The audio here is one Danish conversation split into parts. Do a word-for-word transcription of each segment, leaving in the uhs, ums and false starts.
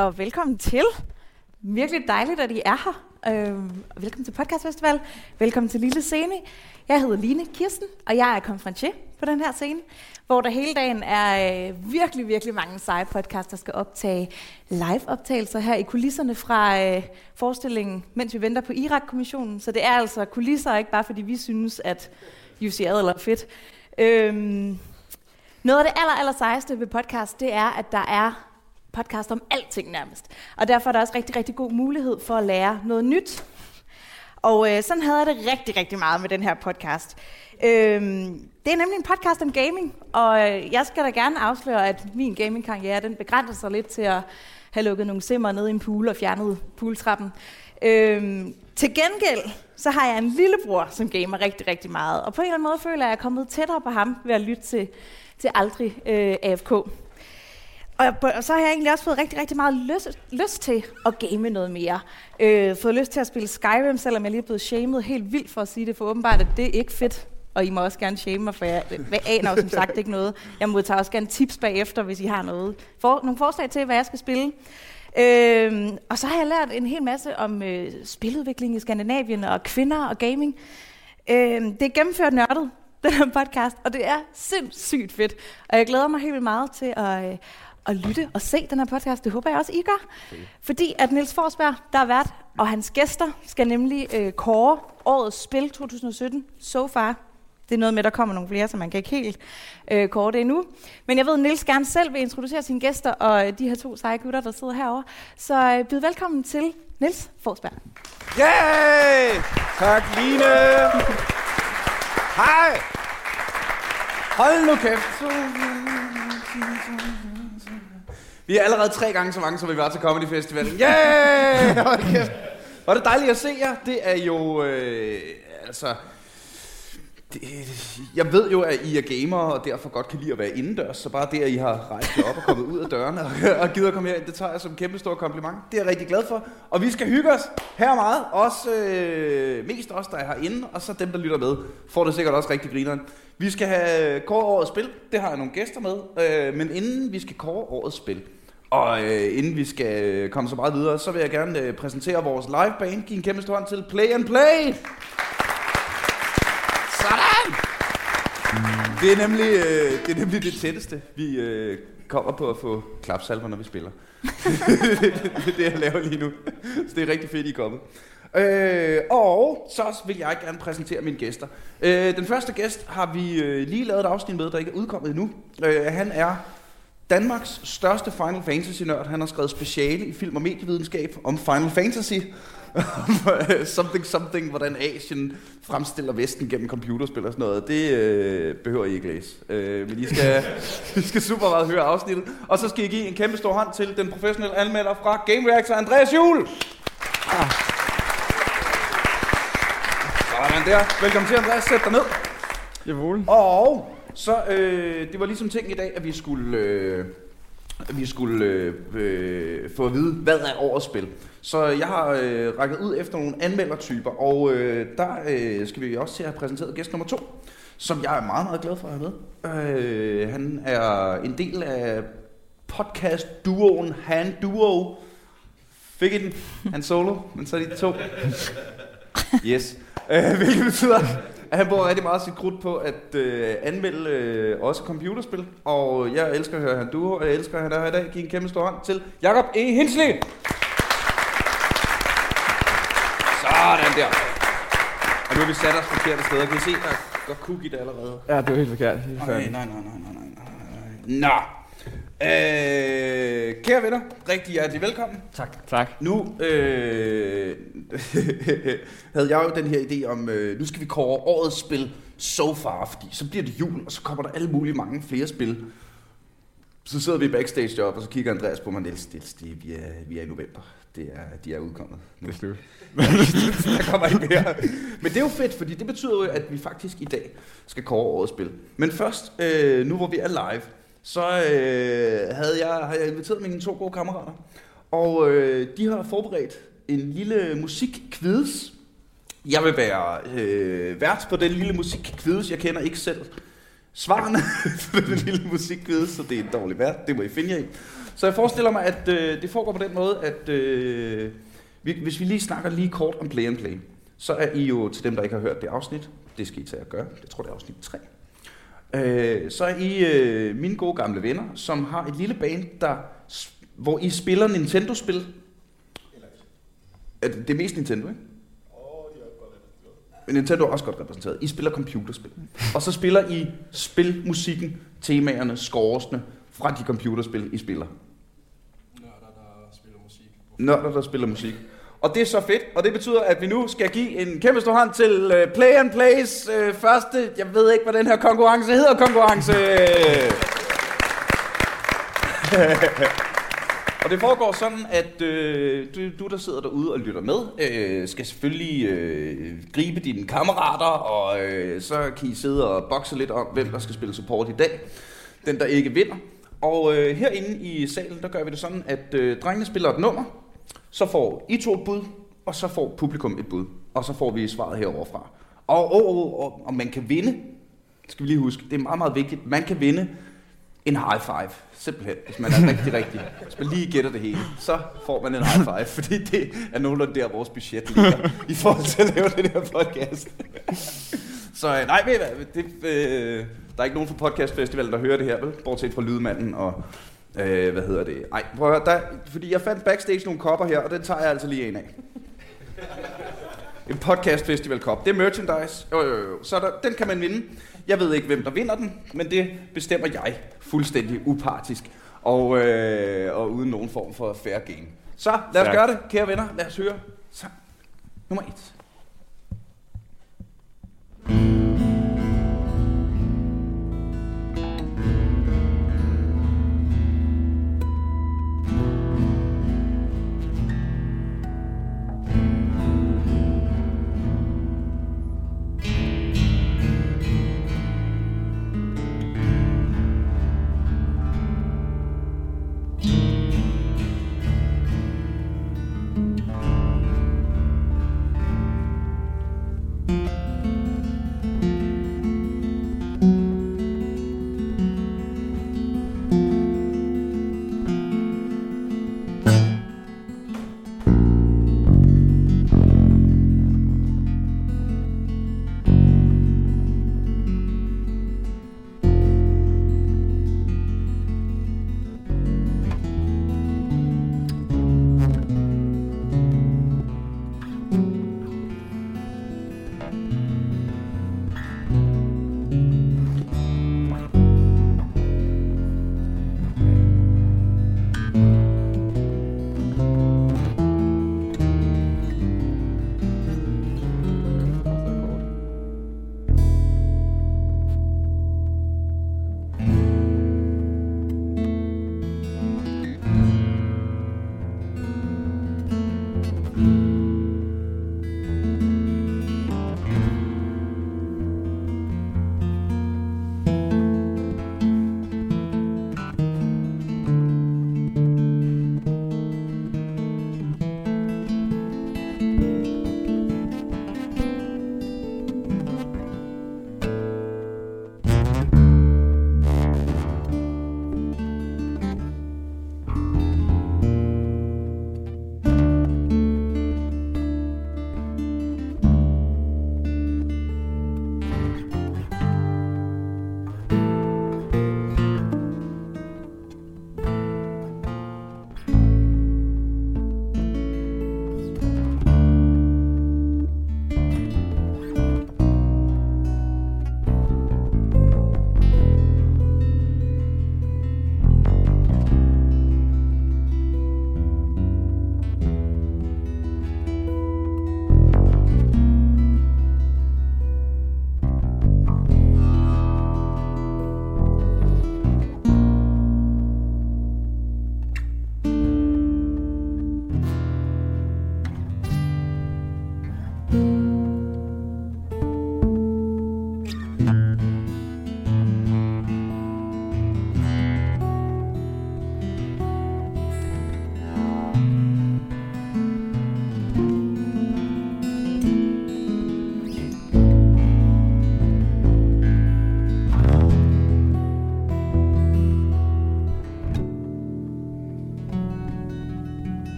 og velkommen til. Virkelig dejligt, at I er her. Øh, velkommen til Podcast Festival. Velkommen til Lille Scene. Jeg hedder Line Kirsten, og jeg er konferencier på den her scene, hvor der hele dagen er øh, virkelig, virkelig mange seje podcasts, der skal optage live-optagelser her i kulisserne fra øh, forestillingen, mens vi venter på Irak-kommissionen. Så det er altså kulisser, ikke bare fordi vi synes, at U C Adler er fedt. Øh, noget af det aller, aller sejeste ved podcast, det er, at der er podcast om alting nærmest. Og derfor er der også rigtig, rigtig god mulighed for at lære noget nyt. Og øh, sådan havde jeg det rigtig, rigtig meget med den her podcast. Øhm, det er nemlig en podcast om gaming, og øh, jeg skal da gerne afsløre, at min gamingkarriere, den begrænser sig lidt til at have lukket nogle simmer ned i en pool og fjernet pooltrappen. Øhm, til gengæld, så har jeg en lillebror, som gamer rigtig, rigtig meget. Og på en eller anden måde føler jeg, at jeg er kommet tættere på ham ved at lytte til, til Aldrig øh, A F K. Og, og så har jeg egentlig også fået rigtig, rigtig meget lyst, lyst til at game noget mere. Øh, fået lyst til at spille Skyrim, selvom jeg lige er blevet shamed helt vildt for at sige det, for åbenbart, at det er ikke fedt. Og I må også gerne shame mig, for jeg, jeg aner jo som sagt ikke noget. Jeg modtager også gerne tips bagefter, hvis I har noget. For, nogle forslag til, hvad jeg skal spille. Øh, og så har jeg lært en hel masse om øh, spiludvikling i Skandinavien og kvinder og gaming. Øh, det er gennemført nørdet, den her podcast, og det er sindssygt fedt. Og jeg glæder mig helt vildt meget til at... Øh, og lytte og se den her podcast. Det håber jeg også, I gør. Okay. Fordi at Niels Forsberg, der er vært, og hans gæster skal nemlig øh, kåre årets spil to tusind og sytten so far. Det er noget med, der kommer nogle flere, så man kan ikke helt øh, kåre det endnu. Men jeg ved, at Niels gerne selv vil introducere sine gæster, og øh, de her to seje gutter, der sidder herovre. Så øh, byd velkommen til Niels Forsberg. Yay! Tak, Line! Hej! Hold nu kæft! Vi er allerede tre gange så mange, som vi var til Comedy Festivalen. Yeah! Hold kæft. Var det dejligt at se jer. Det er jo, øh, altså... Det, jeg ved jo, at I er gamere, og derfor godt kan lide at være indendørs. Så bare det, at I har rejst jer op og kommet ud af dørene og, og gider at komme her, det tager jeg som en kæmpe stor kompliment. Det er jeg rigtig glad for. Og vi skal hygge os her meget. Også øh, mest os, der er herinde, og så dem, der lytter med, får det sikkert også rigtig grineren. Vi skal have kåre årets spil. Det har jeg nogle gæster med. Øh, men inden vi skal kåre årets spil, og øh, inden vi skal komme så meget videre, så vil jeg gerne øh, præsentere vores live band. Giv en kæmpe stor hånd til Play and Play. Sådan! Det er nemlig, øh, det, er nemlig det tætteste, vi øh, kommer på at få klapsalver, når vi spiller. det er det, jeg laver lige nu. Så det er rigtig fedt, I er kommet. Øh, og så vil jeg gerne præsentere mine gæster. Øh, den første gæst har vi øh, lige lavet et afsnit med, der ikke er udkommet endnu. Øh, han er Danmarks største Final Fantasy-nørd. Han har skrevet speciale i film- og medievidenskab om Final Fantasy. something, something, hvordan Asien fremstiller Vesten gennem computerspil og sådan noget. Det øh, behøver I ikke læse. Øh, men I skal, I skal super meget høre afsnittet. Og så skal I give en kæmpe stor hånd til den professionelle anmelder fra Game Reactor, Andreas Juhl. Ah. Sådan der. Velkommen til, Andreas. Sæt dig ned. Jawohl. Og så, øh, det var ligesom ting i dag, at vi skulle, øh, at vi skulle øh, øh, få at vide, hvad er årets spil. Så jeg har øh, rækket ud efter nogle anmeldertyper, og øh, der øh, skal vi også til at have præsenteret gæst nummer to, som jeg er meget, meget glad for at have med. Øh, han er en del af podcast-duoen Han Duo. Fik I den? Han Solo, men så er de to. Yes. Øh, hvilket betyder, at han bruger rigtig meget sit krudt på at øh, anmelde øh, også computerspil. Og jeg elsker at høre Han Duo, og jeg elsker at han er her i dag. Giv en kæmpe stor hånd til Jakob E. Hinsley. Sådan der. Og nu har vi sat os forkerte steder. Kan I se, der går cookie der allerede? Ja, det er helt forkert. Helt nej, nej, nej, nej, nej, nej. Nå. Øh, kære venner, rigtig hjertelig velkommen. Tak. Tak. Nu øh, havde jeg jo den her idé om, øh, nu skal vi kåre årets spil so far, fordi så bliver det jul, og så kommer der alle mulige mange flere spil. Så sidder vi backstage deroppe, og så kigger Andreas på mig, Niels, Niels, det, vi, er, vi er i november. Det er, de er udkommet. Nu. Det er slut. Der kommer ikke mere. Men det er jo fedt, fordi det betyder jo, at vi faktisk i dag skal kåre årets spil. Men først, øh, nu hvor vi er live, så øh, havde jeg, har jeg inviteret mine to gode kammerater. Og øh, de har forberedt en lille musikquiz. Jeg vil være øh, vært på den lille musikquiz. Jeg kender ikke selv svarene på den lille musikquiz, så det er en dårlig vært. Det må I finde jer i. Så jeg forestiller mig, at øh, det foregår på den måde, at øh, vi, hvis vi lige snakker lige kort om Play and Play, så er I jo, til dem, der ikke har hørt det afsnit, det skal I tage at gøre, jeg tror det er afsnit tre, øh, så er I øh, mine gode gamle venner, som har et lille band, der, hvor I spiller Nintendo-spil. Det er mest Nintendo, ikke? Men Nintendo er også godt repræsenteret. I spiller computerspil. Og så spiller I spilmusikken, temaerne, scoresne fra de computerspil, I spiller. Nørder, der spiller musik. Nørder, der spiller musik. Og det er så fedt, og det betyder, at vi nu skal give en kæmpe stor hånd til uh, Play and Plays uh, første, jeg ved ikke, hvad den her konkurrence hedder, konkurrence. Og det foregår sådan, at øh, du, du, der sidder derude og lytter med, øh, skal selvfølgelig øh, gribe dine kammerater, og øh, så kan I sidde og bokse lidt om, hvem der skal spille support i dag. Den, der ikke vinder. Og øh, herinde i salen, der gør vi det sådan, at øh, drengene spiller et nummer, så får I to et bud, og så får publikum et bud. Og så får vi svaret herovre fra. Og, og, og, og, og man kan vinde, skal vi lige huske, det er meget, meget vigtigt, man kan vinde en high five, simpelthen, hvis man er rigtig, rigtig. Hvis man lige gætter det hele, så får man en high five, fordi det er nogenlunde der, vores budget ligger, i forhold til at lave det her podcast. Så nej, ved I hvad, det, øh, der er ikke nogen fra podcastfestivalen, der hører det her, vel? Bortset fra Lydmanden og, øh, hvad hedder det? Ej, prøv at høre, der, fordi jeg fandt backstage nogle kopper her, og den tager jeg altså lige en af. En podcastfestival-kop, det er merchandise, jo, jo, jo. Så der, den kan man vinde. Jeg ved ikke, hvem der vinder den, men det bestemmer jeg fuldstændig upartisk og, øh, og uden nogen form for fair game. Så lad os gøre det, kære venner. Lad os høre sang nummer et.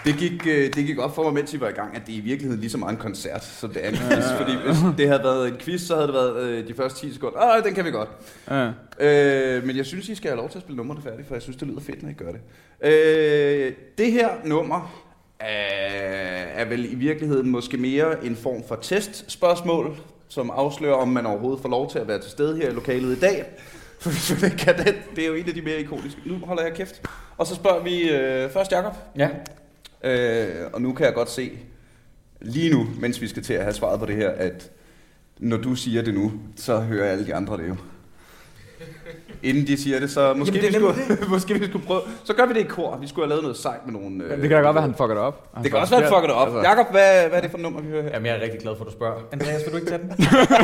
Det gik, det gik op for mig, mens I var i gang, at det i virkeligheden lige så meget en koncert, som det er en quiz. Fordi hvis det havde været en quiz, så havde det været øh, de første ti sekunder. Åh, den kan vi godt. Ja. Øh, men jeg synes, I skal have lov til at spille nummerne færdigt, for jeg synes, det lyder fedt, når I gør det. Øh, det her nummer er, er vel i virkeligheden måske mere en form for testspørgsmål, som afslører, om man overhovedet får lov til at være til stede her i lokalet i dag. For det, det er jo en af de mere ikoniske. Nu holder jeg kæft. Og så spørger vi øh, først Jakob. Ja. Øh, og nu kan jeg godt se, lige nu, mens vi skal til at have svaret på det her, at når du siger det nu, så hører alle de andre det jo. Inden de siger det, så måske, Jamen, det vi, skulle, måske vi skulle prøve. Så gør vi det i kor. Vi skulle have lavet noget sejt med nogle... Øh, det kan da godt være, han fucker det op. Det kan også være, han fucker det op. Altså. Jakob, hvad, hvad er det for et nummer, vi hører her? Jamen, jeg er rigtig glad for, at du spørger. Andreas, vil du ikke tage den?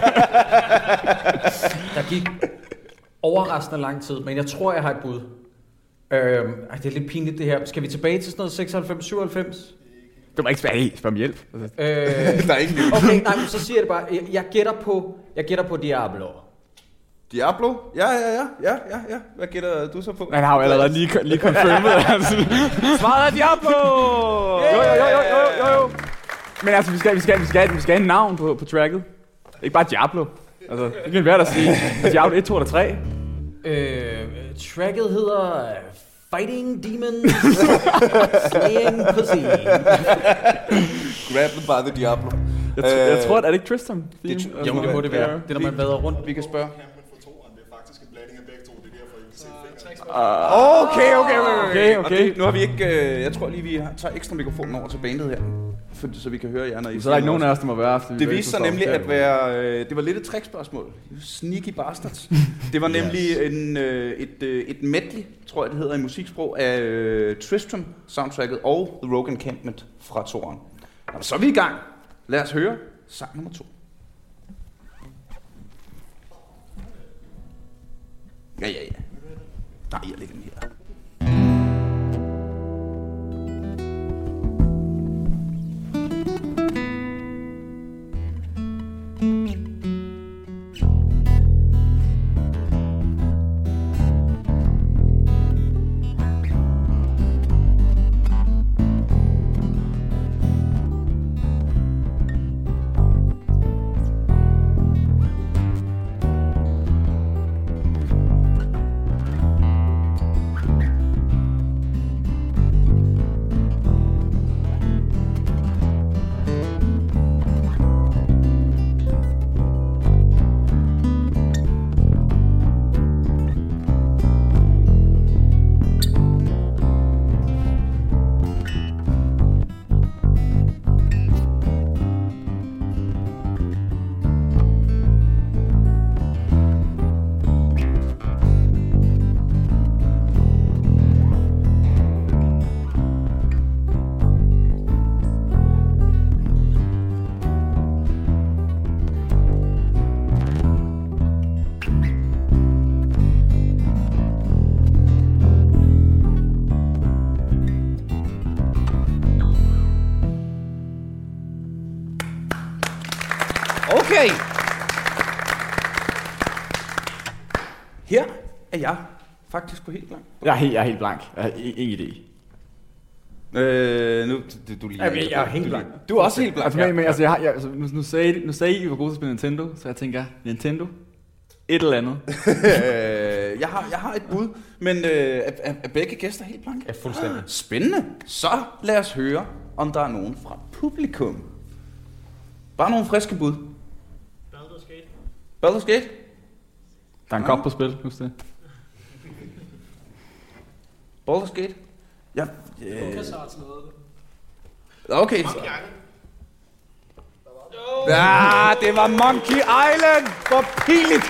Der gik overraskende lang tid, men jeg tror, jeg har et bud. Øhm, ej, det er lidt pinligt det her. Skal vi tilbage til sådan noget seksoghalvfems syvoghalvfems? Du må ikke spørge, spørg om hjælp. Øh, der er ikke okay, nej, men så siger jeg det bare. Jeg, jeg gætter på, jeg gætter på Diablo. Diablo? Ja, ja, ja, ja, ja, ja. Hvad gætter du så på? Han har jo allerede lige, lige confirmed. Svaret er Diablo! Jo, jo, jo, jo, jo, jo. Men altså, vi skal, vi skal, vi skal, vi skal have en navn på, på tracket. Ikke bare Diablo. Altså, det kan være der at sige. Diablo et, to eller tre. Øh, tracket hedder Fighting Demons, Slaying Pussy. Grab them by the Diablo. Jeg, t- jeg tror, at er det ikke Tristam? Det, altså, jo, det må det være. Det er, når man vader rundt. Vi kan spørge. Uh, okay, okay, okay, okay. Det, nu har vi ikke, øh, jeg tror lige, vi tager ekstra mikrofonen over til bandet her, for, så vi kan høre jer, når I... Så er der ikke nogen af os, der må være... Det viste sig nemlig at være, øh, det var lidt et trickspørgsmål. Sneaky bastards. Det var nemlig yes. en, øh, et, øh, et medley, tror jeg det hedder i musiksprog, af øh, Tristram soundtracket og The Rogue Encampment fra toeren. Så er vi i gang. Lad os høre sang nummer to. Ja, ja, ja. Nej, jeg lægger den her. Okay. Her er jeg faktisk på helt blank. Jeg er helt, jeg er helt blank. Jeg har ingen idé. Øh, nu, du, du lige... Jeg, jeg er helt blank. Du er også helt blank. Altså, men, men, altså, jeg har, jeg, altså nu, nu, sagde, nu sagde I, at I var gode til at spille Nintendo, så jeg tænker, Nintendo? Et eller andet. øh, jeg, har, jeg har et bud, men øh, er, er begge gæster helt blanke? Ja, fuldstændig. Spændende. Så lad os høre, om der er nogen fra publikum. Bare nogle friske bud. Baldur's Gate. Baldur's Gate? Der er en kop på spil, husk det. Baldur's Gate? Ja. Øh... LucasArts lavede det. Okay. Monkey Island. Ja, det var Monkey Island. Hvor pinligt.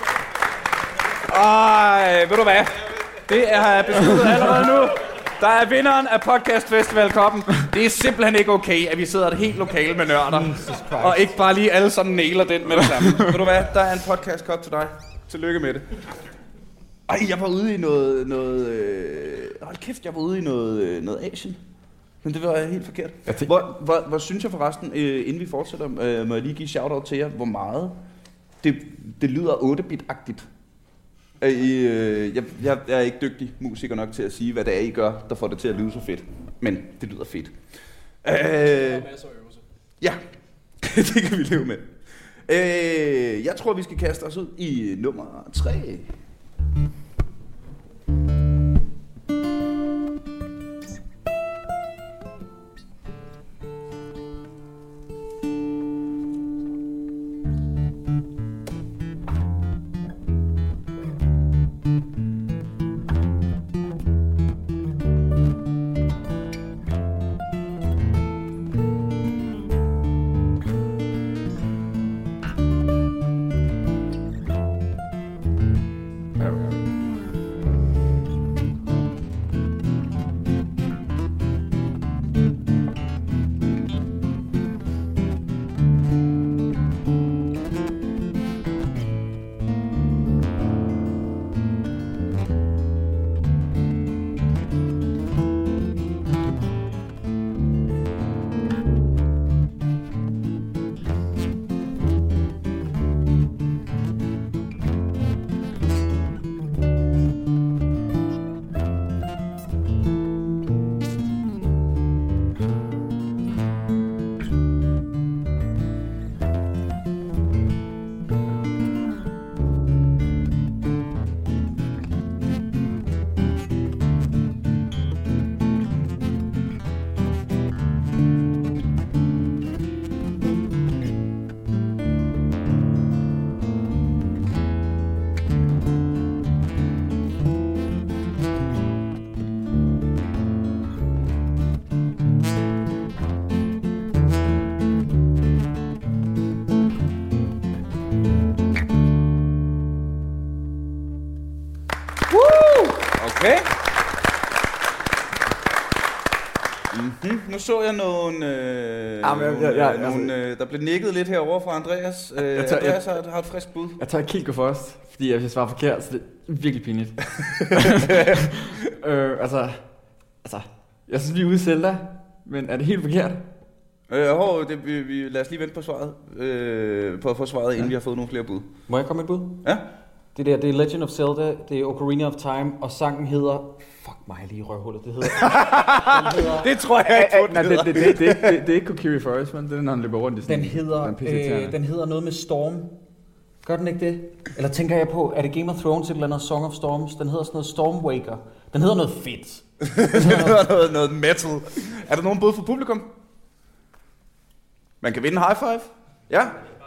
Ej, ved du hvad? Det er besluttet allerede nu. Der er vinderen af Podcast Festival Koppen. Det er simpelthen ikke okay, at vi sidder et helt lokale med nørder. Og ikke bare lige alle sammen nailer den med det samme. Ved du hvad? Der er en podcast kop til dig. Tillykke med det. Ej, jeg var ude i noget... noget øh... Hold kæft, jeg var ude i noget, øh, noget Asien. Men det var helt forkert. Hvor, hvor, hvor synes jeg forresten, øh, inden vi fortsætter, øh, må jeg lige give shout-out til jer, hvor meget det, det lyder otte-bit-agtigt. Øh, øh, jeg, jeg, jeg er ikke dygtig musiker nok til at sige, hvad det er, I gør, der får det til at lyde så fedt. men det lyder fedt. Der Øh, er masser af øvelser. ja, det kan vi leve med. Øh, jeg tror, vi skal kaste os ud i nummer tre. Okay. Mm-hmm. Nu så jeg nogle, øh, Jamen, jeg- nogle, jeg- jeg- øh, nogle øh, der blev nikket lidt herovre fra Andreas. Øh, Jeg tager- Andreas har, har et frisk bud. Jeg tager Kiel gå først, fordi jeg svarer forkert, så det er virkelig pinligt. øh, altså, altså, jeg synes, vi er ude i Zelda, men er det helt forkert? Øh, hov, det, vi, vi, lad os lige vente på svaret, øh, på at få svaret, inden Ja. vi har fået nogle flere bud. Må jeg komme med et bud? Ja? Det der, det er Legend of Zelda, det er Ocarina of Time, og sangen hedder... Fuck mig lige i røvhullet, det hedder... den hedder, Det tror jeg ikke, Nej, det, det, det, det, det, det er ikke Kokiri Forest, men det er, når han løber rundt i sådan den hedder, en pisseirriterende. øh, den hedder noget med Storm. Gør den ikke det? Eller tænker jeg på, er det Game of Thrones et eller andet Song of Storms? Den hedder sådan noget Stormwaker. Den hedder noget fedt. Det hedder noget, noget metal. Er der nogen bud for publikum? Man kan vinde en high five. Ja?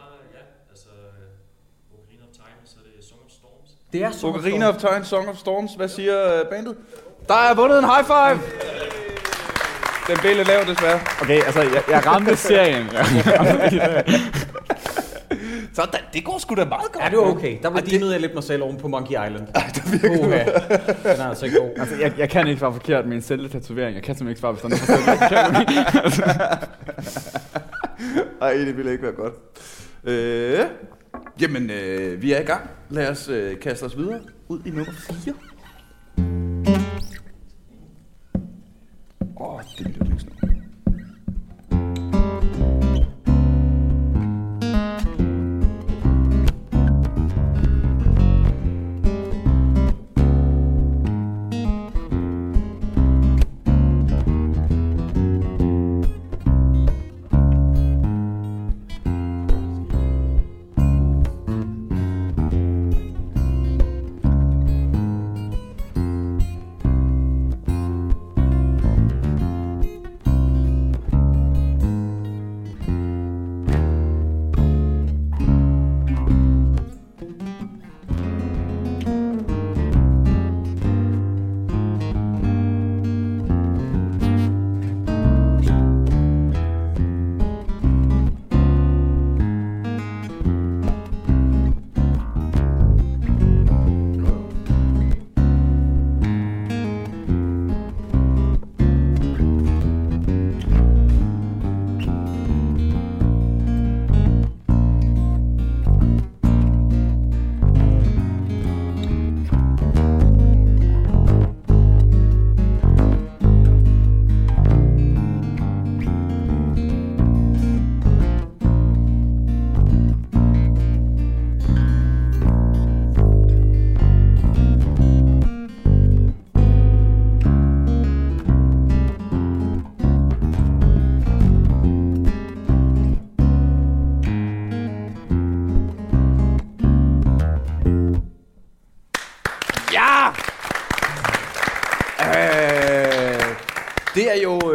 Det er Song of Ocarina Storms. of Time, Song of Storms. Hvad siger øh, bandet? Der er vundet en high five! Den blev lidt lav, desværre. Okay, altså, jeg, jeg ramte serien. Så da, det går sgu da meget godt. Ja, det var okay. Der blev Ej, det- dinede jeg lidt mig selv oven på Monkey Island. Ej, det er virkelig. Uha. Den er altså ikke god. altså, jeg, jeg kan ikke svare forkert med en Zelda-tatovering. Jeg kan simpelthen ikke svare, hvis der er noget for Zelda. Ej, det ville ikke være godt. Øh, jamen, øh, vi er i gang. Lad os øh, kaste os videre ud i nummer fire. Åh, oh, det er mit yndlingsnummer.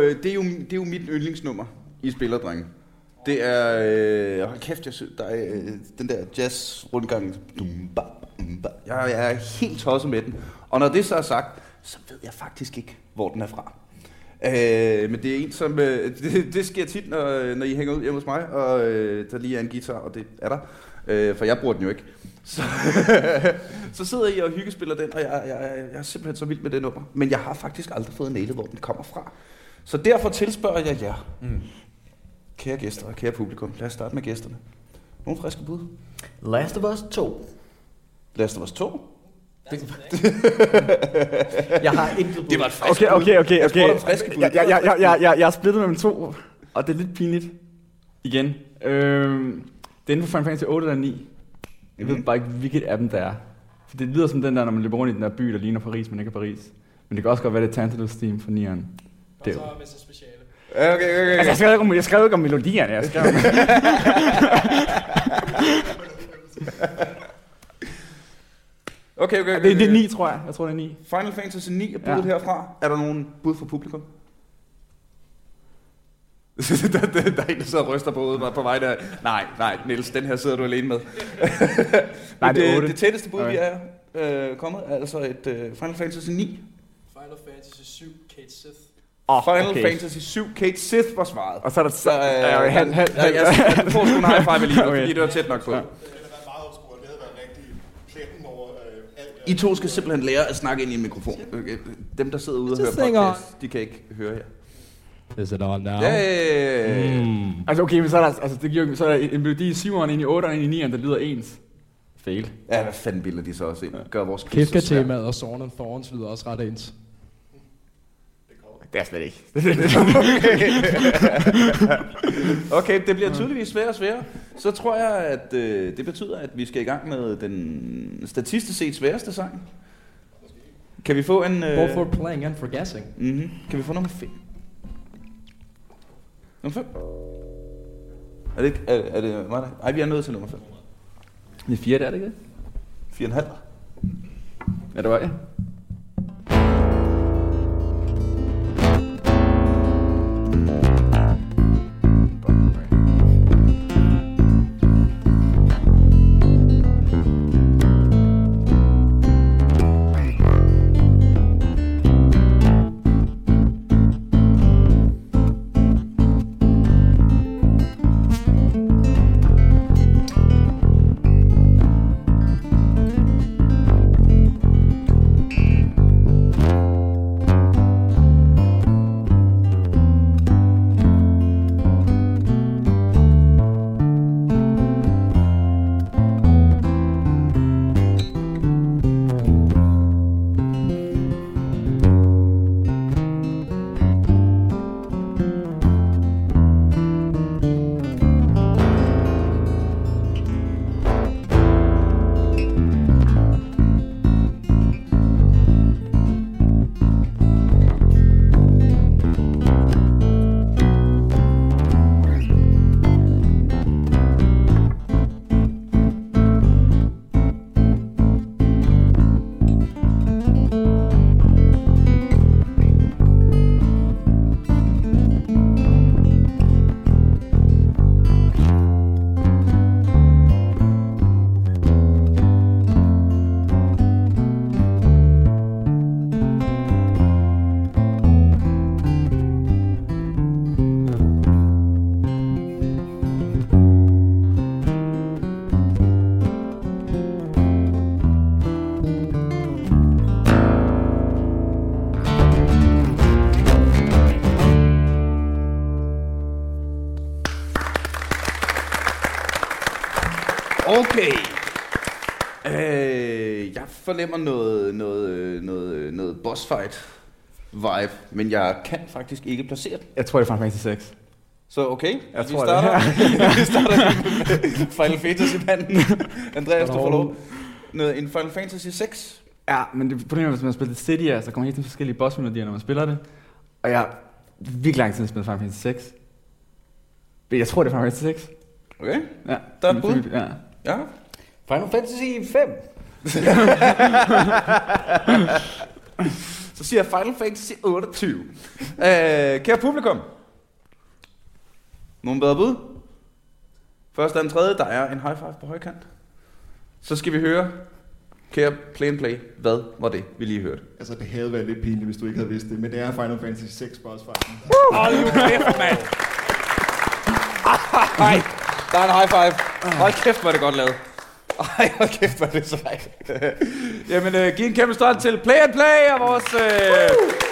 det, er jo, det er jo mit yndlingsnummer i Spillerdrenge. Det er, øh, hold kæft, jeg synes, der er øh, den der jazz-rundgang. Jeg, jeg er helt tosset med den. Og når det så er sagt, så ved jeg faktisk ikke, hvor den er fra. Øh, men det er en, som, øh, det, det sker tit, når, når I hænger ud hjemme hos mig, og øh, der lige er en guitar, og det er der. Øh, for jeg bruger den jo ikke. Så, så sidder I og hyggespiller den, og jeg, jeg, jeg er simpelthen så vild med det nummer. Men jeg har faktisk aldrig fået nailet, hvor den kommer fra. Så derfor tilspørger jeg jer. Mm. Kære gæster og kære publikum, lad os starte med gæsterne. Nogle friske bud? Last of Us to. Last of Us to? Jeg har intet bud. Det var et frisk Okay, okay, okay, Jeg okay. spurgte om friske bud. Jeg, jeg, jeg, jeg, jeg, jeg, jeg er splittet mellem to, og det er lidt pinligt. Igen. Øhm, det er inden for Final Fantasy otte eller ni. Jeg ved bare ikke, hvilket af dem der er. For det lyder som den der, når man løber rundt i den der by, der ligner Paris, men ikke er Paris. Men det kan også godt være, det er Tantalus Theme for nieren. Og så er Mister Speciale. Okay, okay, okay. Altså, jeg skrev ikke om, jeg skrev ikke om melodierne, jeg skrev om... Okay, okay, okay. Det, det er ni, tror jeg. Jeg tror, det er ni. Final Fantasy ni er budet Ja. herfra. Er der nogen bud fra publikum? der, der, der er en, der sidder og ryster på hovedet på vej der. Nej, nej, Niels, den her sidder du alene med. Nej, det er det, otte. det tætteste bud, Okay. vi er øh, kommet, er altså et øh, Final Fantasy ni. Final Fantasy syv, Kate Sith. Oh, Final okay. Fantasy syv, Kate Sith var svaret. Og så er der... Så, øh, ja, halv, halv, ja, jeg, jeg, du får sgu en high five lige nu, Okay. fordi det var tæt nok på. Ja. Det havde været meget obskurt. Det havde været rigtig pletten over øh, alt. I to skal simpelthen lære at snakke ind i en mikrofon. Okay. Dem, der sidder ude og hører Just hang podcast, de kan ikke høre jer. Is it on now? Yeah. Mm. Altså, okay, men så er der, altså, det giver, så er der en melodi i syveren, en i otteren, en i nieren, der lyder ens. Fail. Ja, hvad fanden bilder de så også ind? Gør vores quiz så svær. Kefka-temaet og Thorn and Thorns lyder også ret ens. Det er slet ikke. Okay, det bliver tydeligvis sværere og sværere. Så tror jeg, at øh, det betyder, at vi skal i gang med den statistisk set sværeste sang. Kan vi få en... Øh, Both for playing and for guessing. mm-hmm. Kan vi få nummer fem? Nummer fem? Er det, ikke- er, er det mig der? Ej, vi er nået til nummer fem. Det er fire, det er det ikke det? Fire og en halv. Ja, det var jeg. Okay. Øh, jeg fornemmer noget, noget, noget, noget boss fight vibe, men jeg kan faktisk ikke placere den. Jeg tror, det er Final Fantasy seks. Så okay, Jeg vi tror, det starter, vi starter med Final Fantasy-banden. Andreas, du får lov. Noget, en Final Fantasy seks. Ja, men det problemet er, hvis man spiller Cydia, så kommer helt nogle forskellige bossmelodier, når man spiller det. Og jeg det er virkelig lang tid at spille Final Fantasy seks. Men jeg tror, det er Final Fantasy seks. Okay, Ja. der er et bud. Ja. Ja. Final Fantasy fem. Så siger jeg Final Fantasy otteogtyve. øh, kære publikum. Nogen bedre bud? Første og den tredje, der er en high five på højkant. Så skal vi høre, kære Play and Play, hvad var det, vi lige hørte? Altså, det havde været lidt pinligt, hvis du ikke havde vidst det, men det er Final Fantasy seks boss fighten. Hold nu kæft, mand. Ej, der er en high five. Hold kæft, hvor er det godt lavet. Ej, hold kæft, hvor er det sejt. Jamen, øh, giv en kæmpe start til Play and Play og vores øh,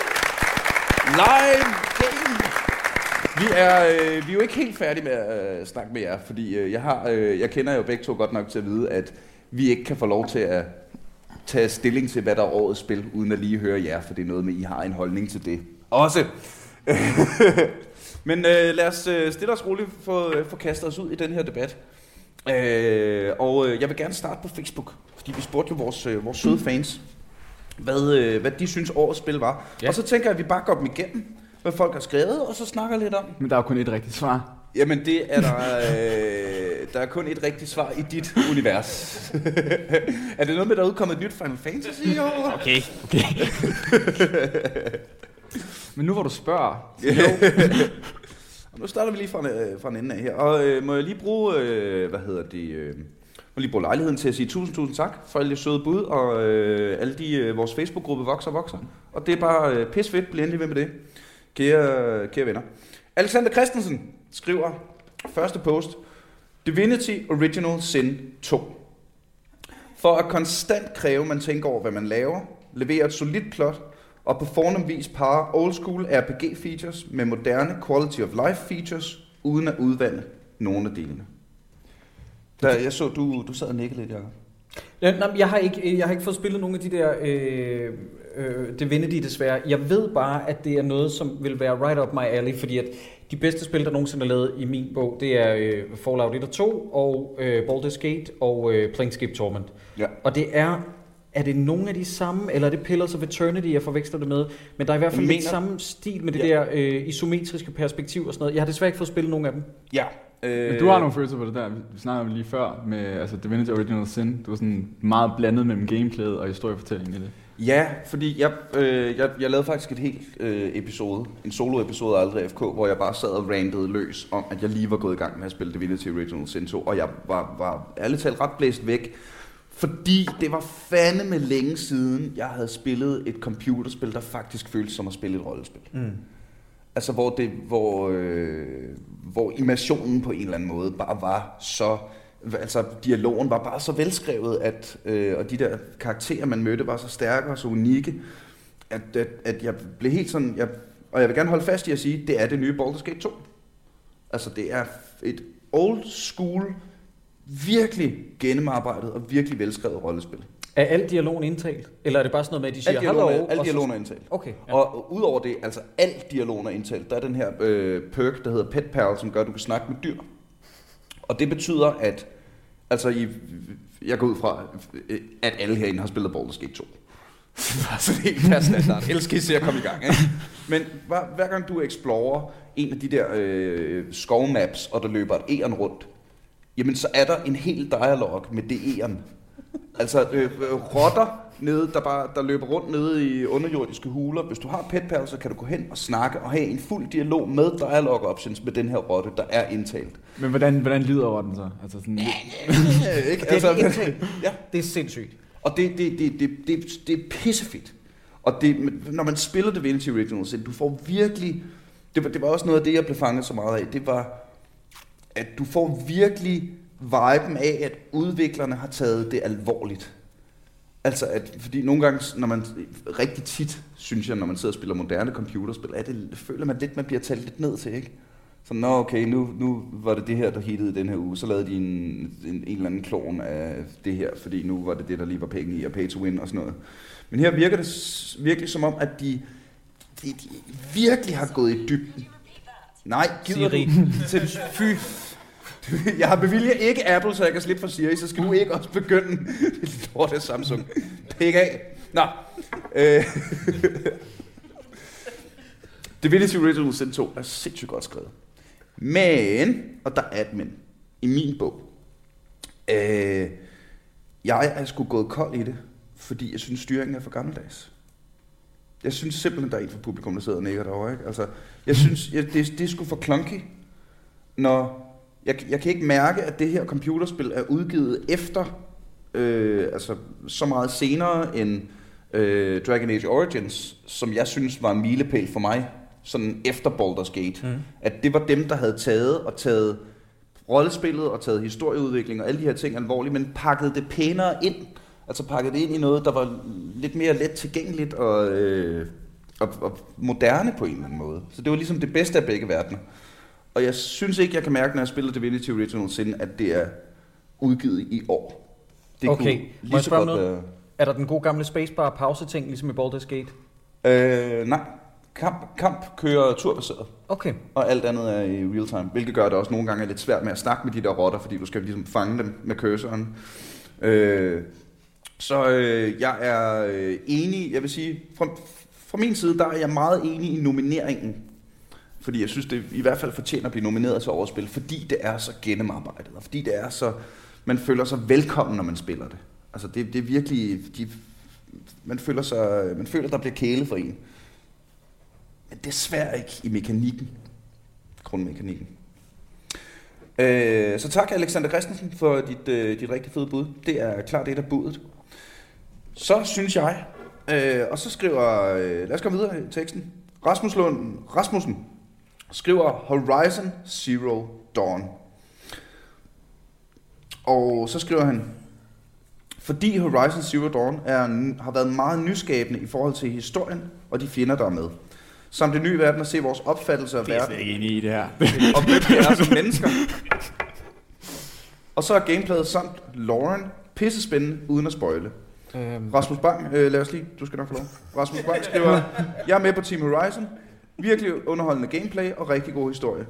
live game. Vi er, øh, vi er jo ikke helt færdige med at øh, snakke med jer, fordi øh, jeg, har, øh, jeg kender jo begge to godt nok til at vide, at vi ikke kan få lov til at tage stilling til, hvad der er årets spil, uden at lige høre jer, for det er noget med, I har en holdning til det. Også. Men øh, lad os øh, stille os roligt for, øh, for kastet os ud i den her debat. Øh, og øh, jeg vil gerne starte på Facebook, fordi vi spurgte jo vores, øh, vores søde fans, hvad, øh, hvad de synes årets spil var. Ja. Og så tænker jeg, at vi bare går dem igennem, hvad folk har skrevet, og så snakker lidt om. Men der er jo kun et rigtigt svar. Jamen det er der, øh, der er kun et rigtigt svar i dit univers. Er det noget med, der er udkommet et nyt Final Fantasy i år? Okay, okay. Men nu hvor du spørger, så Og nu starter vi lige fra en, øh, fra en ende af her. Og øh, må jeg lige bruge, øh, hvad hedder det, øh, må lige bruge lejligheden til at sige tusind, tusind tak for alle de søde bud, og øh, alle de, øh, vores Facebook-gruppe vokser og vokser. Og det er bare øh, pis fedt, bliv endelig ved med det, kære, kære venner. Alexander Christensen skriver, første post, Divinity Original Sin to. For at konstant kræve, man tænker over, hvad man laver, leverer et solidt plot, og på fornem vis parer old school R P G features med moderne quality of life features, uden at udvande nogle af delene. Der, jeg så, du, du sad og nikkede lidt, Jacob. Ja, nej, jeg har ikke, jeg har ikke fået spillet nogle af de der øh, øh, Divinity desværre. Jeg ved bare, at det er noget, som vil være right up my alley, fordi at de bedste spil, der nogensinde er lavet i min bog, det er øh, Fallout et og to, og øh, Baldur's Gate, og øh, Planescape Torment. Ja. Og det er... Er det nogle af de samme, eller er det Pillars of Eternity, jeg forveksler det med? Men der er i hvert fald lidt samme stil med det ja. der øh, isometriske perspektiv og sådan noget. Jeg har desværre ikke fået spillet nogen af dem. Ja. Øh... Men du har nogle følelser på det der. Vi snakkede lige før med altså Divinity Original Sin. Du var sådan meget blandet mellem gameplayet og historiefortællingen i det. Ja, fordi jeg, øh, jeg, jeg lavede faktisk et helt øh, episode, en solo-episode af Aldrig F K, hvor jeg bare sad og rantede løs om, at jeg lige var gået i gang med at spille Divinity Original Sin to, og jeg var, var ærligt talt ret blæst væk. Fordi det var fandeme længe siden, jeg havde spillet et computerspil, der faktisk føltes som at spille et rollespil. Mm. Altså hvor, det, hvor, øh, hvor immersionen på en eller anden måde bare var så... Altså dialogen var bare så velskrevet, at, øh, og de der karakterer, man mødte, var så stærke og så unikke, at, at, at jeg blev helt sådan... Jeg, og jeg vil gerne holde fast i at sige, det er det nye Baldur's Gate to. Altså det er et old school... virkelig gennemarbejdet og virkelig velskrevet rollespil. Er al dialogen indtalt? Eller er det bare sådan noget med, at de siger hallo? Al dialogen er indtalt. Okay. Ja. Og udover det, altså al dialogen er indtalt, der er den her øh, perk, der hedder Pet Pal, som gør, at du kan snakke med dyr. Og det betyder, at altså I, jeg går ud fra, at alle herinde har spillet Baldur's Gate to. Så det er helt standard. Ellers skal I se at komme i gang. Ikke? Men hver, hver gang du explorer en af de der øh, skovmaps, og der løber et æren rundt, jamen så er der en hel dialog med det æren. Altså øh, rotter nede, der, bare, der løber rundt nede i underjordiske huler. Hvis du har petpal, så kan du gå hen og snakke og have en fuld dialog med dialog options med den her rotte, der er indtalt. Men hvordan, hvordan lyder rotten så? Altså sådan... ja, ikke? Altså, det, er ja. det er sindssygt. Og det, det, det, det, det, det er pissefedt. Og det, når man spiller Divinity Original Sin, du får virkelig... Det var, det var også noget af det, jeg blev fanget så meget af. Det var... at du får virkelig viben af, at udviklerne har taget det alvorligt. Altså, at, fordi nogle gange, når man rigtig tit, synes jeg, når man sidder og spiller moderne computerspil, er det, føler man lidt, man bliver talt lidt ned til, ikke? Så nå, okay, nu, nu var det det her, der hittede den her uge, så lavede de en, en, en eller anden klon af det her, fordi nu var det det, der lige var penge i, og pay to win og sådan noget. Men her virker det virkelig som om, at de, de, de virkelig har gået i dybden. Nej, gider Siri. du til fy. Jeg har bevilget ikke Apple, så jeg kan slippe for Siri, så skal du ikke også begynde det lorte Samsung. Pæk af. Nå. Øh. Divinity Original Sin to er sindssygt godt skrevet. Men, og der er et men, i min bog, øh, jeg er sgu gået kold i det, fordi jeg synes, styringen er for gammeldags. Jeg synes simpelthen, der er en for publikum, der sidder og nikker derovre, ikke? Altså, jeg synes, jeg, det, det er sgu for clunky, når... Jeg, jeg kan ikke mærke, at det her computerspil er udgivet efter, øh, altså så meget senere end øh, Dragon Age Origins, som jeg synes var en milepæl for mig, sådan efter Baldur's Gate. Mm. At det var dem, der havde taget og taget rollespillet og taget historieudvikling og alle de her ting alvorligt, men pakket det pænere ind. Altså pakket det ind i noget, der var lidt mere let tilgængeligt og, øh, og, og moderne på en eller anden måde. Så det var ligesom det bedste af begge verdener. Og jeg synes ikke, jeg kan mærke, når jeg spiller Divinity Original Sin, at det er udgivet i år. Det okay, må jeg spørge noget? Være... Er der den gode gamle spacebar pause-ting, ligesom i Baldur's Gate? Øh, nej. Kamp, kamp kører turbaseret. Okay. Og alt andet er i real time, hvilket gør det også nogle gange er lidt svært med at snakke med de der rotter, fordi du skal ligesom fange dem med cursoren. Øh, så øh, jeg er øh, enig, jeg vil sige, fra, fra min side, der er jeg meget enig i nomineringen. Fordi jeg synes, det i hvert fald fortjener at blive nomineret til overspil, fordi det er så gennemarbejdet, og fordi det er så, man føler sig velkommen, når man spiller det. Altså det, det er virkelig, de, man føler sig, man føler, der bliver kælet for en. Men desværre ikke i mekanikken, grundmekanikken. Øh, så tak Alexander Christensen for dit, øh, dit rigtig fede bud. Det er klart et af budet. Så synes jeg, øh, og så skriver, øh, lad os komme videre i teksten. Rasmus Lund Rasmussen skriver Horizon Zero Dawn. Og så skriver han, fordi Horizon Zero Dawn er, har været meget nyskabende i forhold til historien og de fjender, der er med. Samt det nye verden at se vores opfattelse af verden. Det er ikke enig i det her. Og hvem vi er som mennesker. Og så er gameplayet samt Lauren pissespændende uden at spoile. Øhm. Rasmus Bang, øh, lad os lige, du skal nok få lov. Rasmus Bang skriver, jeg er med på Team Horizon. Virkelig underholdende gameplay og rigtig god historie.